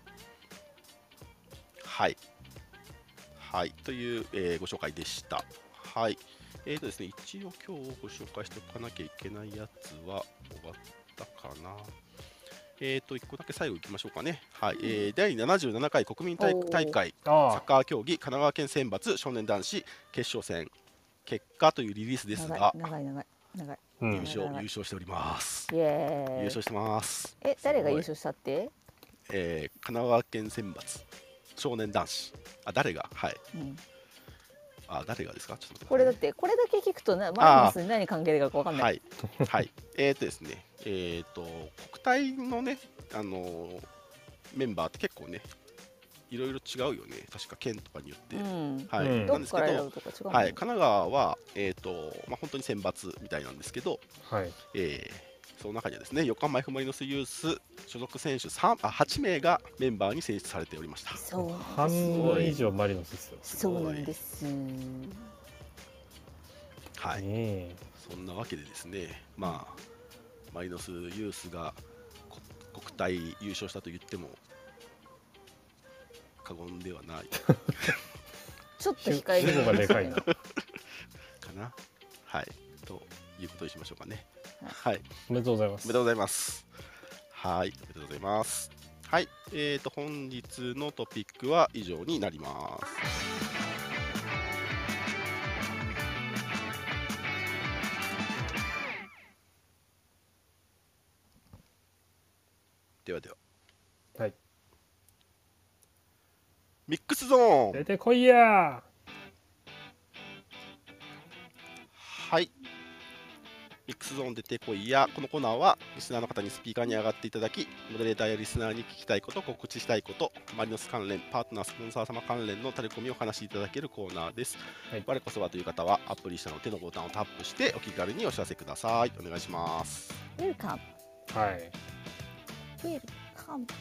S2: はい。はい。という、えーご紹介でした。はい。えーとですね、一応今日ご紹介しておかなきゃいけないやつは終わったかな。えーと、いっこだけ最後いきましょうかね。はい。えー、だいななじゅうななかい国民体育大会サッ
S1: あ
S2: カー競技神奈川県選抜少年男子決勝戦結果というリリースです
S3: 長
S2: が
S3: い、長い長い長い。
S1: あ、うん
S2: 優勝、
S3: 長い
S2: 優勝しております。
S3: イエーイ
S2: 優勝してます。
S3: え、誰が優
S2: す
S3: 勝したって？
S2: ごいえー神奈川県選抜少年男子。あ、誰がはい。
S3: うん、
S2: あ、誰がですかちょっと待ってくださいね
S3: これだってこれだけ聞くとなマイナスに何関係があるかわかんない。
S2: はい。はい。えーとですね、えーと、国体のね、あのーメンバーって結構ね、いろいろ違うよね。確か県とかによって。
S3: うん。
S2: はい。
S1: うん
S3: どっ
S2: なんですけど、
S3: から選ぶとか違うの？
S2: はい、神奈川は、えーとまあ、本当に選抜みたいなんですけど、
S1: はい。
S2: えーその中にはですね、横浜 F ・マリノスユース所属選手さんあはちめいがメンバーに選出されておりました。
S3: そうなんです。
S1: 半分以上マリノスですよ。
S3: そうなんです。
S2: はい。
S1: ねえ。
S2: そんなわけでですね、まあ、マリノスユースがこ国体優勝したと言っても過言ではない
S3: ちょっと控えめ
S1: 主語がでかいな。
S2: かな。はい。ということにしましょうかね。はい。
S1: おめでとうございます
S2: おめでとう。ございます。はい。おめでとうございます。はい。えーと、本日のトピックは以上になります。ではでは。
S1: はい。
S2: ミックスゾーン。
S1: 出てこいや
S2: はい。ミックスゾーン出てこいや。このコーナーはリスナーの方にスピーカーに上がっていただき、モデレーターやリスナーに聞きたいこと、告知したいこと、マリノス関連、パートナー、スポンサー様関連のタレコミをお話しいただけるコーナーです。
S1: はい
S2: 我こそはという方はアプリ下の手のボタンをタップしてお気軽にお知らせください。お願いします。
S3: ウェルカム。
S1: ー。はい。
S3: ウェルカム。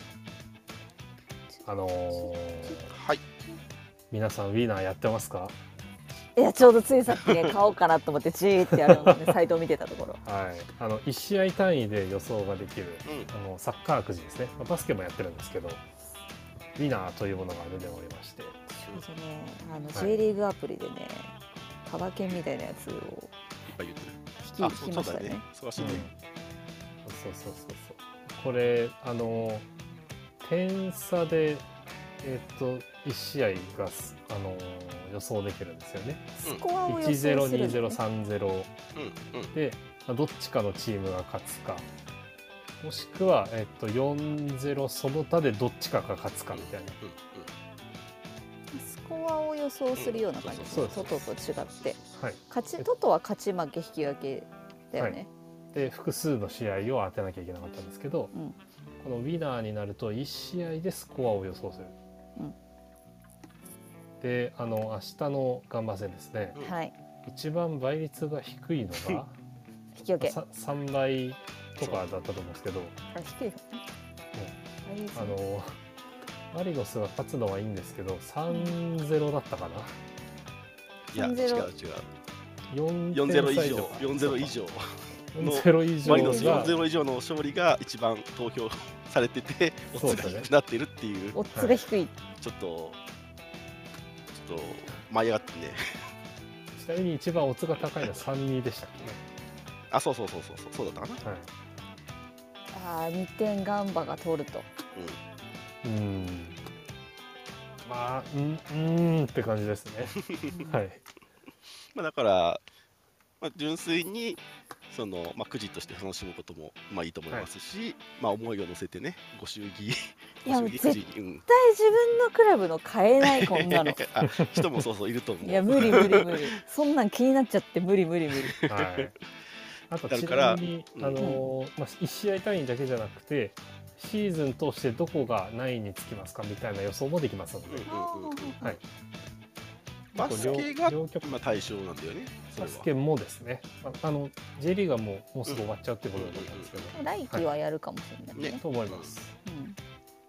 S1: あのー、
S2: はい。
S1: 皆さんウィーナーやってますか？
S3: いやちょうどついさっきね買おうかなと思ってじーってあの、ね、サイトを見てたところ。
S1: はい。あのいち試合単位で予想ができる、
S2: うん
S1: あのサッカーくじですね。まあバスケもやってるんですけど、ウィナーというものが出ておりまして、
S3: そうね、あの
S1: い
S3: J リーグアプリでね、タダ券みたいなやつを
S2: いっぱい言ってる。
S3: 引
S2: あ、
S3: き
S2: そう
S3: 引きましたね。。
S1: うん、
S2: そうだね。
S1: そうそうそうそう。これあの点差でえっといち試合がすあの予想できるんですよね。
S3: スコアを予想
S1: いちゼロ、
S3: する
S1: にゼロ、
S3: のね。
S1: さんゼロ
S2: うんうん。
S1: で、まあどっちかのチームが勝つか、もしくはえっとよんゼロその他でどっちかが勝つかみたいな。
S2: うんうん
S3: スコアを予想するような感じですね。
S1: そう
S3: トトと違って、
S1: はい。
S3: 勝ちトトは勝ち負け引き分けだよね。
S1: で複数の試合を当てなきゃいけなかったんですけど、
S3: うん
S1: このウィナーになるといち試合でスコアを予想する。
S3: うん
S1: で、あの明日のガンバ戦ですね。
S2: うん
S3: はい。
S1: 一番倍率が低いのが
S3: 引き分け。
S1: ささんばいとかだったと思うんですけど、
S3: あ低いですね。
S1: あのマリノスが勝つのはいいんですけどさんゼロだったかな。
S2: いや、違う
S3: さんゼロ
S2: 違う。
S1: よん
S2: よんゼロ以上、
S1: よ
S2: よんゼロ以上。
S1: んゼロ以上
S2: マリノスよん
S1: が
S2: ゼロ以上の勝利が一番投票されてて、オッズが低くなっているっていう、
S3: オッズが低い。
S2: ちょっと、ちょっと舞い上がってね。
S1: ちなみに一番オッズが高いのはさんにでしたっけね。
S2: あ、そうそうそうそうそう、そうだったかな。
S1: はい。
S3: ああにてんガンバが取ると。
S2: う
S1: うーん。まあ、うん、うーんって感じですね。はい。
S2: ん。まあだから、まあ、純粋に、その、まあ、くじとして楽しむことも、まあいいと思いますし、まあ思いを乗せてね、ご祝儀、
S3: いや
S2: ご祝儀くじに、うん。
S3: 絶対自分のクラブの買えないこんなの。
S2: あ、人もそうそういると思う。
S3: いや無理無理無理。そんなん気になっちゃって無理無理無理。
S1: はい。あとち
S2: だから
S1: なみに、
S2: うん
S1: あのまあ、いち試合単位だけじゃなくてシーズン通してどこが何位につきますかみたいな予想もできますので、
S2: うんうんうんうん。
S1: はい、
S2: バスケが
S1: 両極
S2: 今対象なんだよね。それは
S1: バスケもですね、ああの J リーガーももうすぐ終わっちゃうってことだったんですけど、
S3: 来季はやるかもしれないね。
S2: ね
S1: と思います。
S3: うん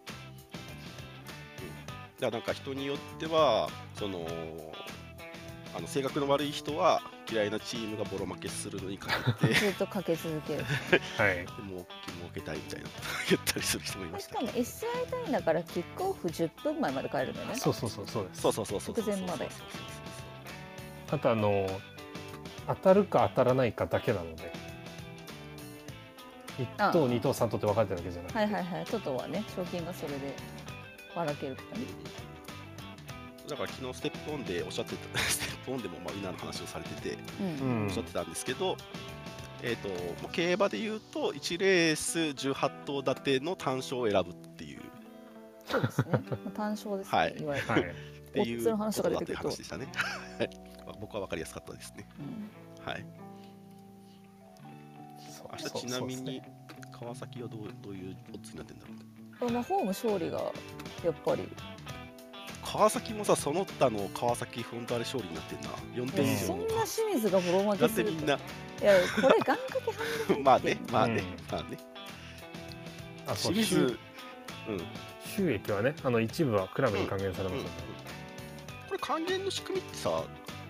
S2: だからなんか人によってはそのあの性格の悪い人は嫌いなチームがボロ負けするのにかけて
S3: ずっとかけ続ける。
S1: はい
S2: でもう儲けたいみたいなことを言ったりする人もいまし。
S3: したかもいち試合単位だからキックオフじゅっぷんまえまで帰るんだよね。
S1: そうそうそうそうです。
S2: そうそうそうそうそうそう
S3: 直前まで
S1: あとあの当たるか当たらないかだけなのでいち
S3: あ
S1: 等に等さん等って分かれてるわけじゃなくて、
S3: はいはいはい。トトはね、賞金がそれでばらけるからね。
S2: だから昨日ステップオンでおっしゃってたステップオンでもまあウィナーの話をされてて
S3: う。
S1: うんん
S2: おっしゃってたんですけど、えー、とまあ競馬でいうといちレースじゅうはち頭立ての単勝を選ぶっていう
S3: そうですね。まあ単勝ですね。
S2: はい
S3: いわゆる。
S1: はい
S2: ってい
S3: オッズの
S2: うこ
S3: 話
S2: とだっていう
S3: が出てくると
S2: 話でしたね。はい僕は分かりやすかったですね。
S3: うん
S2: はい、
S1: そう
S2: 明日
S1: そう
S2: ちなみに
S1: そうですね
S2: 川崎はどうどういうオッズになってんだろう。
S3: まあホーム勝利がやっぱり。
S2: 川崎もさ、その他の川崎フロンターレ勝利になってんな。よんてん以上
S3: そんな清水がボロ負
S2: なん
S3: けすると。
S2: でみんな
S3: いやこれ願掛け半分
S2: まあねまあね、
S1: うん
S2: まあね
S1: あそう
S2: 清水うん
S1: 収益はねあの一部はクラブに還元されますよね、
S2: これ還元の仕組みってさどう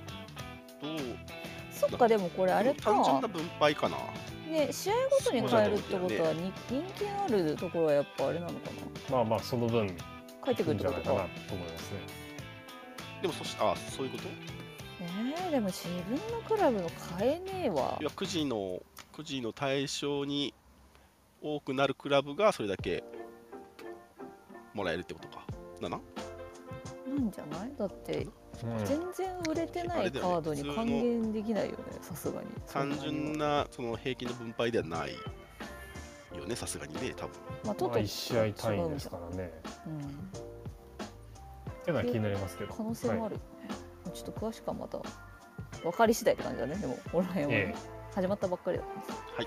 S3: そっかでもこれあれか
S2: 単純な。分配かな。
S3: ね試合ごとに変えるってことはに人気のあるところはやっぱあれなのか
S1: まあまあその分い
S3: な。帰ってく
S1: いん
S3: るってことか。
S1: じゃないかなと思いますね。
S2: でもそしあそういうこと。
S3: えー、でも自分のクラブの買えねえわ
S2: い。やくじのくじの対象に多くなるクラブがそれだけもらえるってことかなな。
S3: なんじゃない？だって
S1: うん
S3: 全然売れてないカードに還元できないよね、さすがに。
S2: 単純なその平均の分配ではないよね、さすがにね、多分。
S3: まあ、ト
S1: まあいち試合単位ですからね。
S3: うん、
S1: っていうのは気になりますけど。
S3: 可能性もあ
S1: はい
S3: るよね。ちょっと詳しくはまた分かり次第って感じだね。でもこの辺はね、
S1: え
S3: 始まったばっかりだったんです。
S2: はい。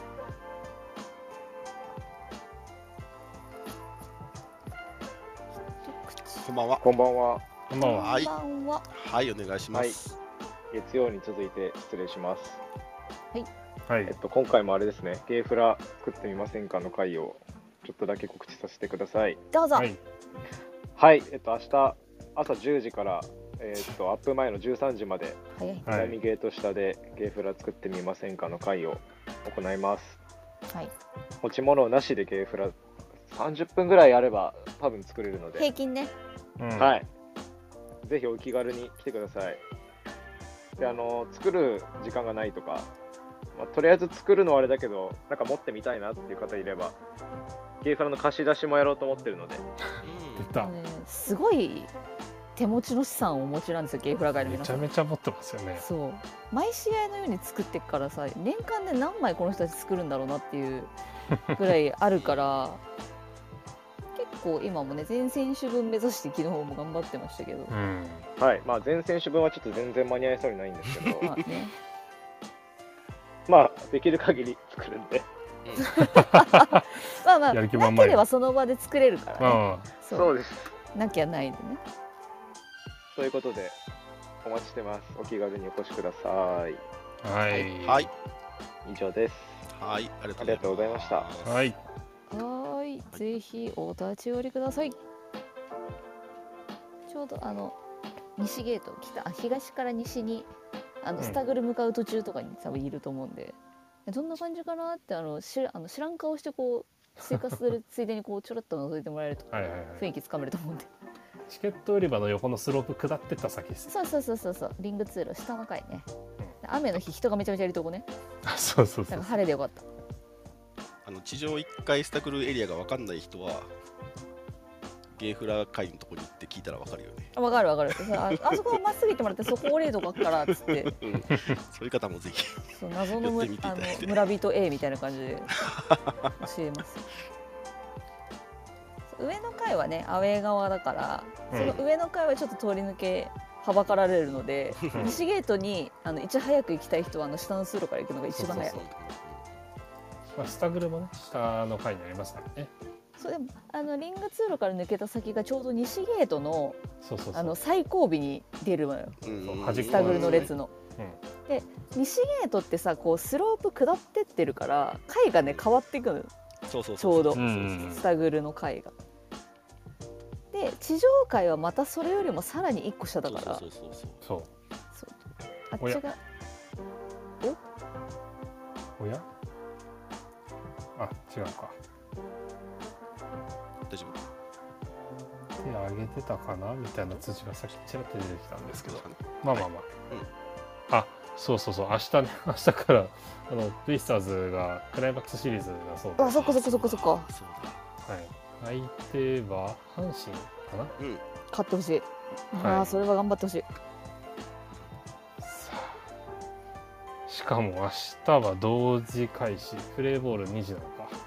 S2: こんばんは。
S4: こんばんは。
S1: こんばんは。
S2: はい
S3: こんばんは。
S2: はい、お願いします。
S4: 月曜に続いて失礼します。
S1: はい
S4: えっ。と今回もあれですね、ゲーフラ食ってみませんかの回をちょっとだけ告知させてください。
S3: どうぞ。
S1: は
S4: はい。
S1: い。
S4: えっと明日朝じゅうじからえっとアップ前のじゅうさんじまで
S3: 早い。
S1: はい
S4: 南ゲート下でゲーフラ作ってみませんかの回を行います。
S3: はい。
S4: 持ち物なしでゲーフラさんじゅっぷんぐらいあれば多分作れるので、
S3: 平均ね。
S1: うん
S4: はい。ぜひお気軽に来てください。で、あの作る時間がないとか、まあ、とりあえず作るのはあれだけど、なんか持ってみたいなっていう方いれば、ゲーフラの貸し出しもやろうと思ってるので、
S2: うん
S1: 出た。
S3: ね、すごい手持ちの資産をお持ちなんですよ、ゲーフラ界の
S1: めちゃ
S3: 皆さん。
S1: めちゃ持ってますよね。
S3: そう毎試合のように作ってっからさ、年間で何枚この人たち作るんだろうなっていうぐらいあるから結構今もね全選手分目指して昨日も頑張ってましたけど、
S1: うん。
S4: はい。まあ、全選手分はちょっと全然間に合いそうにないんですけど、
S3: まあね
S4: まあ、できる限り作るんで。
S3: まあまあ
S1: やる気満々
S3: なければその場で作れるからね。
S1: あ
S3: そう
S4: そうです。
S3: なきゃないでね。
S4: ということで、お待ちしてます。お気軽にお越しください。
S1: あ。はい。
S2: はい。
S4: 以上です。
S2: はい。あり
S4: ありがとうございました
S1: はい。
S3: はーい、ぜひお立ち寄りください。ちょうどあの西ゲート北あ東から西にあの
S1: うん
S3: スタグル向かう途中とかに多分いると思うんで、えどんな感じかなってあの知らあの知らん顔してこう追加するついでにこうちょろっと覗いてもらえると
S1: はいはいはい。
S3: 雰囲気つかめると思うんで。
S1: チケット売り場の横のスロープ下ってった先です。
S3: そうそうそうそうそうリング通路下の階ね。雨の日人がめちゃめちゃいるとこね。
S1: あ、そうそうそう
S3: なんか。晴れでよかった。
S2: あの地上いっかいスタグルエリアが分かんない人は、ゲーフラ会のとこに行って聞いたら分かるよね。
S3: あわかるわかる。ああそこまっすぐ行ってもらってそこ降りるとこあっからっつって
S2: うんそういう方もぜひ。
S3: そう謎のむ
S2: 寄ってみてい
S3: あ
S2: ただいて
S3: の村人 A みたいな感じで教えます。上の階はねアウェー側だから、
S1: うん
S3: その上の階はちょっと通り抜けはばかられるので、
S1: うん
S3: 西ゲートにあのいち早く行きたい人はあの下の通路から行くのが一番早い。
S1: そうまあ、スタグルもね、下の階にありますからね。
S3: そうでもあのリング通路から抜けた先がちょうど西ゲートの
S1: そうそうそう。
S3: あの最後尾に出るのよ、
S2: うん
S1: 端っこ
S3: スタグルの列の。
S1: うん。
S3: で西ゲートってさこうスロープ下ってってるから階がね変わっていくのよ、
S2: そうそう
S3: ちょうど
S2: そうそうそう
S3: スタグルの階が。で地上階はまたそれよりもさらにいっこ下だから、
S2: そうそうそうそう
S1: そう。
S3: そうあっ
S1: おや
S3: ちが
S1: おやあ違うか
S2: 大丈夫。
S1: 手挙げてたかなみたいな通知がさっきちらっと出てきたんですけど、
S2: そうですかね
S1: まあまあまあ、
S2: うん
S1: あそうそうそう明日ね明日からあのベイスターズがクライマックスシリーズだそうで、
S3: あそっかそっかそっかそっか
S2: そうだ。
S1: はい、相手は阪神かな。
S2: うん。
S3: 勝ってほしい、
S1: はい
S3: ああそれは頑張ってほしい。
S1: さあしかも明日は同時開始プレーボールにじなのか。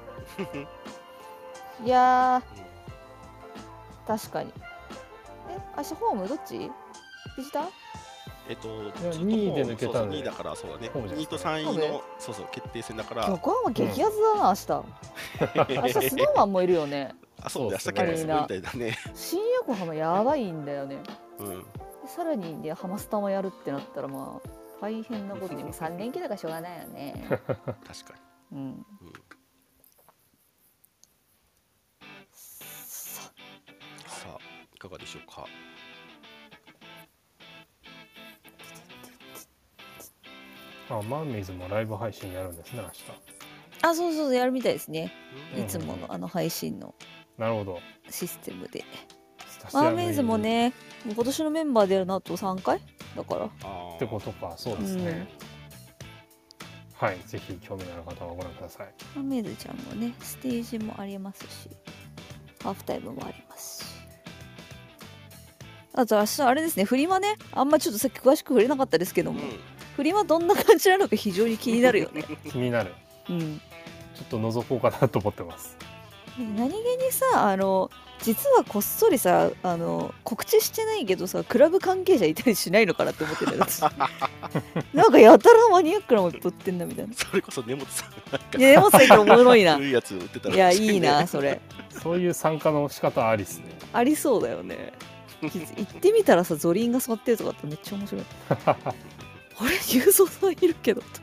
S3: いやー確かに。え明日ホームどっちビジター？
S2: えっと、
S1: や
S2: ちょっと
S1: にいで抜けたんで
S2: そうそうにいだからそうだね
S1: ホームじゃない
S2: にいとさんい
S3: ホーム
S2: のそうそう決定戦だから
S3: 横浜激アツだな、明日。明日スノーマンもいるよね。
S2: あそうだ明日
S1: そう
S2: 結構すごいみたいだね
S3: 新横浜やばいんだよね。
S2: うん
S3: でさらにねハマスタもやるってなったらまあ大変なことでもさん連休だからしょうがないよね。
S2: 確か
S3: うん。
S2: に、うん、
S3: さ
S2: さあいかがでしょうか。
S1: あマーメイズもライブ配信やるんですね明日。
S3: あそうそうやるみたいですね。
S2: うん
S3: いつものあの配信の
S1: なるほど。
S3: システムで。
S1: スタジアム
S3: マーメイズもねもう今年のメンバーでやるのあとさんかいだから。
S2: あー
S1: ってことかそうですね、はいぜひ興味のある方はご覧ください。
S3: マーメイズちゃんもねステージもありますしハーフタイムもありますし、あと明日あれですねフリマねあんまちょっとさっき詳しく触れなかったですけども、
S2: うん
S3: フリマどんな感じなのか非常に気になるよね。
S1: 気になる。
S3: うん
S1: ちょっと覗こうかなと思ってます。
S3: ね何気にさあの実はこっそりさあの告知してないけどさクラブ関係者いたりしないのかなって思ってる私なんかやたらマニアックなもの売ってんなみたいな。
S2: それこそ根本さんがなんか
S3: いやでもさおもろいな。
S2: 古いやつ売ってたら
S3: いやいいなそれ
S1: そういう参加の仕方ありっすね。
S3: ありそうだよね。行ってみたらさゾリンが座ってるとかってめっちゃ面白い。あれユーゾーさんいるけどと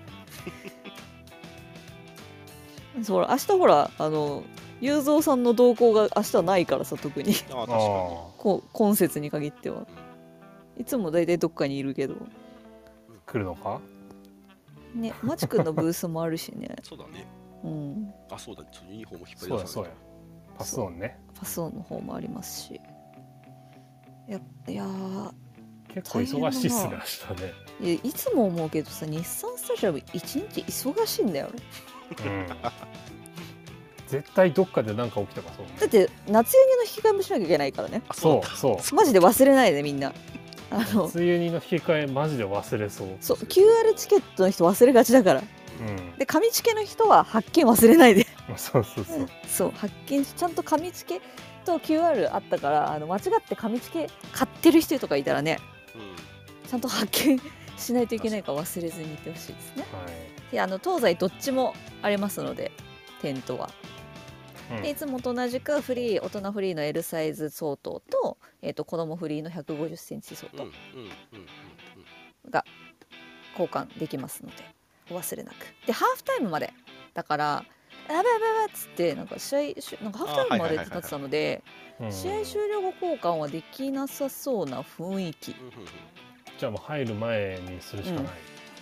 S3: そう明日ほらあのユーゾーさんの動向が明日はないからさ特に
S2: ああ確かに
S3: こう今節に限ってはいつも大体どっかにいるけど
S1: 来るのか。
S3: ねマチ君のブースもあるしね
S2: そうだね
S3: うん
S2: あそうだねちょっとユニフォーム引っ張
S1: そうやそうや
S2: り出さない
S1: パスオンね。
S3: パスオンの方もありますしいやいやー
S1: 結構忙しいっすね
S3: 大変だな
S1: 明日ね。
S3: いやいつも思うけどさ日産スタジアム一日忙しいんだよね。
S1: うん絶対どっかで何か起きてますもんね。
S3: だって夏ユニの引き換えもしなきゃいけないからね。
S2: あ
S1: そう
S2: だ
S1: そう
S3: マジで忘れないでみんな。あの
S1: 梅雨にの引き換えマジで忘れそう。
S3: そう キューアール チケットの人忘れがちだから。
S1: うん
S3: で紙チケの人は発見忘れないで。
S1: そうそうそう。
S3: そう発見しちゃんと紙チケと キューアール あったからあの間違って紙チケ買ってる人とかいたらね
S2: うん
S3: ちゃんと発見しないといけないから忘れずに行ってほしいですね。
S1: はい。
S3: であの東西どっちもありますのでテントは。
S1: うん
S3: でいつもと同じくフリー大人フリーの L サイズ相当と,、えー、と子供フリーのひゃくごじゅっセンチ相当
S2: うんうんうんうん
S3: が交換できますのでお忘れなく。でハーフタイムまでだからやばいやばいやばいっつってなんか試合しなんかハーフタイムまでってなってたので
S1: うん
S3: 試合終了後交換はできなさそうな雰囲気。
S2: うんうんうん
S1: じゃあもう入る前にするしかない。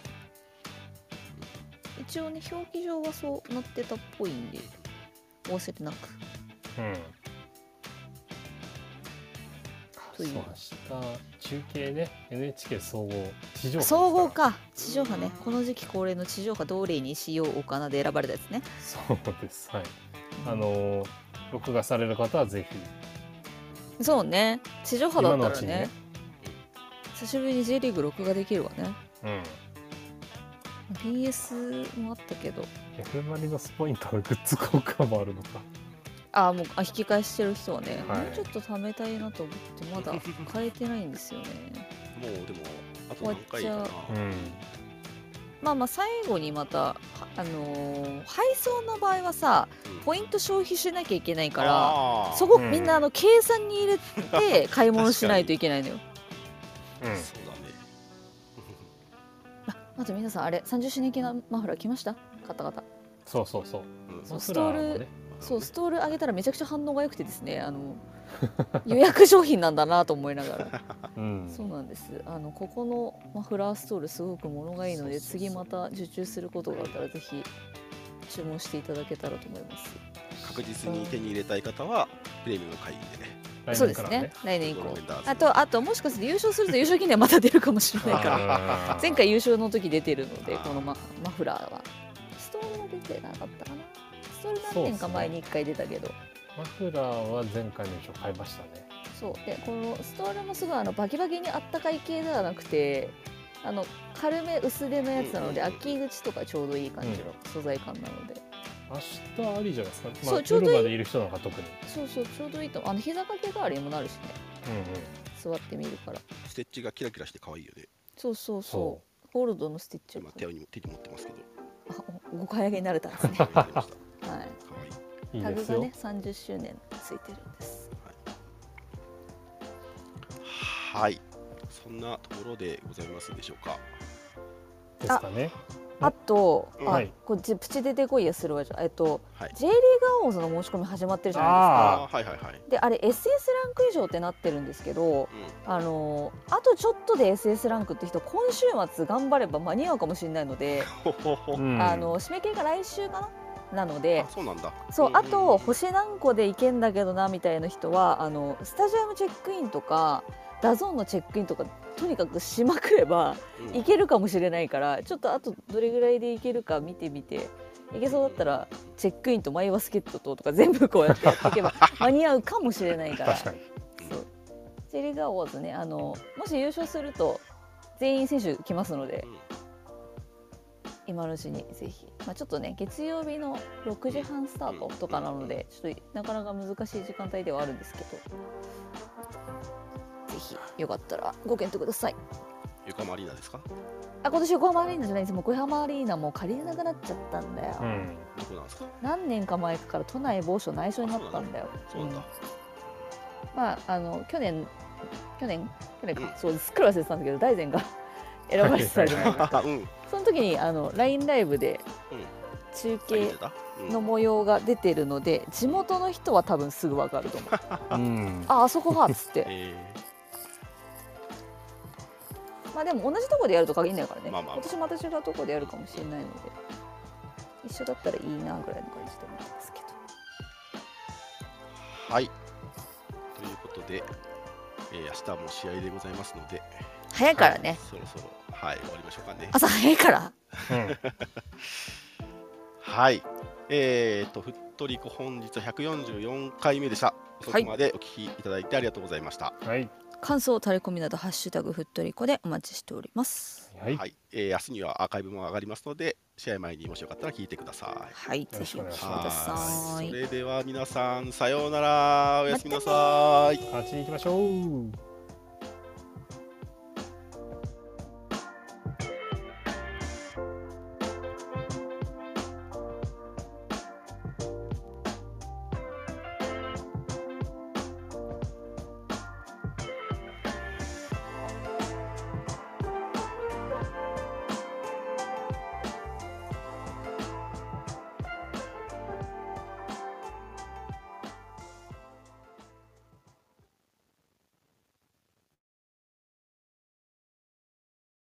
S3: 一応ね表記上はそうなってたっぽいんでお忘れなく。
S1: うん。
S3: という
S1: そう明日中継ね エヌエイチケー 総合地上波です
S3: 総合か地上波ねこの時期恒例の地上波どれにしようかなで選ばれたやつね。
S1: そうですはい。あのー録画される方はぜひ
S3: そうね地上波だったらね
S1: 今のうちにね
S3: 久しぶりに J リーグ録画できるわね。
S1: うん
S3: ピーエス もあったけど
S1: F マリノスポイントのグッズ交換もあるのか。
S3: あもうあ引き返してる人はね、
S1: はい
S3: もうちょっと貯めたいなと思ってまだ変えてないんですよね。
S2: もうでもあと何回かな
S3: 終わっち
S1: うん
S3: まあまあ最後にまたはあのー配送の場合はさ
S2: うん
S3: ポイント消費しなきゃいけないから
S2: あー
S3: そこ
S1: うん
S3: みんなあの計算に入れて買い物しないといけないのよ。
S1: うん
S2: そうだね
S3: ああと皆さんあれさんじゅっ周年記念マフラー来ました方々。
S1: そうそうそう
S2: うん
S3: そう
S1: マフラーもね
S3: そうストール上げたらめちゃくちゃ反応が良くてですねあの予約商品なんだなと思いながら
S1: うん
S3: そうなんです。あのここのマフラーストールすごく物がいいので、
S2: そうそうそう
S3: 次また受注することがあったらぜひ注文していただけたらと思います。
S2: 確実に手に入れたい方はプレミアム会員でね。
S1: 来
S3: そうです
S1: 年から
S3: ね。来年以降
S2: ロメンダーズ
S3: あとあともしかすると優勝すると優勝記念また出るかもしれないから
S1: あー
S3: 前回優勝の時出てるので
S2: あー
S3: このママフラーはストールは出てなかったかな。ストール何年か前にいっかい出たけど
S1: マフラーは前回の優勝買いましたね。
S3: そうでこのストールもすごいあのバキバキにあったかい系ではなくてあの軽め薄手のやつなので
S2: うんうんうん
S3: 秋口とかちょうどいい感じの素材感なので、
S1: 明日ありじゃないですか。まあ、
S3: そうちょうどいい
S1: 夜までいる人なんか特に。
S3: そうそうちょうどいいと思う。あの膝掛け代わりにもなるしね
S1: うんうん。
S3: 座ってみるから
S2: ステッチがキラキラして可愛いよね。
S3: そうそうそ
S1: そう
S3: ゴールドのステッチを
S2: 今手に手に持ってますけど。
S3: あおご買い上げになれたんですね
S2: 可愛いました
S3: はい
S2: 可愛い。
S1: いいですよ。
S3: タグがねさんじゅっしゅうねんついてるんです。
S2: はい。そんなところでございますでしょうか。
S1: ですかね。
S3: あと、
S2: うん
S3: あ、
S1: はい
S3: これプチ出てこいやするわじゃんえっと、
S2: はい。
S3: J リーグアウォーズの申し込み始まってるじゃないですか。
S2: あーはいはいはい。
S3: であれ エスエス ランク以上ってなってるんですけど、
S2: う
S3: あのあとちょっとで エスエス ランクって人今週末頑張れば間に合うかもしれないので、
S2: ん。ほほほ。
S1: うん
S3: あの締め切りが来週かななので
S2: あ、そうなんだ。
S3: そう、
S2: んんん
S3: あと星何個でいけんだけどなみたいな人はあのスタジアムチェックインとかダゾーンのチェックインとかとにかくしまくれば
S2: うん
S3: いけるかもしれないからちょっとあとどれぐらいでいけるか見てみていけそうだったらチェックインとマイバスケットととか全部こうやってやっていけば間に合うかもしれないから
S1: 確かに。
S3: そうジェリーガーウォーズねあのもし優勝すると全員選手来ますので
S2: うん
S3: 今のうちにぜひ、まあ、ちょっとね月曜日のろくじはんスタートとかなのでちょっとなかなか難しい時間帯ではあるんですけどぜひよかったらご検討ください。
S2: 横浜アリーナですか？
S3: あ今年横浜アリーナじゃないです。もう横浜アリーナもう借りれなくなっちゃったんだよ、
S1: うん。
S2: どこなんですか？
S3: 何年か前から都内某所内緒になったんだよ。
S2: そうなんだ。
S3: うんまああの去年去年去年か、
S2: うん
S3: そうすっかり忘れてたんですけど大然が選ばれてたじゃないですか。
S2: うん。
S3: その時にあの ライン ライブで中継の模様が出てるので地元の人は多分すぐ分かると思う。
S1: うん。
S3: ああそこかっつって
S2: え
S3: まあでも同じとこでやると限らないからね、
S2: まあまあまあ
S3: 今年また違うとこでやるかもしれないので一緒だったらいいなぐらいの感じで思ってますけど
S2: ーはい。ということで、えー、明日も試合でございますので、
S3: 早いからね、
S2: はいそろそろはい終わりましょうかね。
S3: 朝早いから
S1: うん。
S2: はい。えーとふっとりこ本日はひゃくよんじゅうよんかいめでした。遅くまでお聞きいただいてありがとうございました。
S1: はい。
S3: 感想タレコミなどハッシュタグふっとりこでお待ちしております
S1: はい。
S2: はい。えー、明日にはアーカイブも上がりますので、試合前にもしよかったら聞いてください。
S3: はいぜひお聞きくださ
S2: はい
S3: い
S2: それでは皆さんさようなら。おやすみなさい。
S1: 勝ちに行きましょう。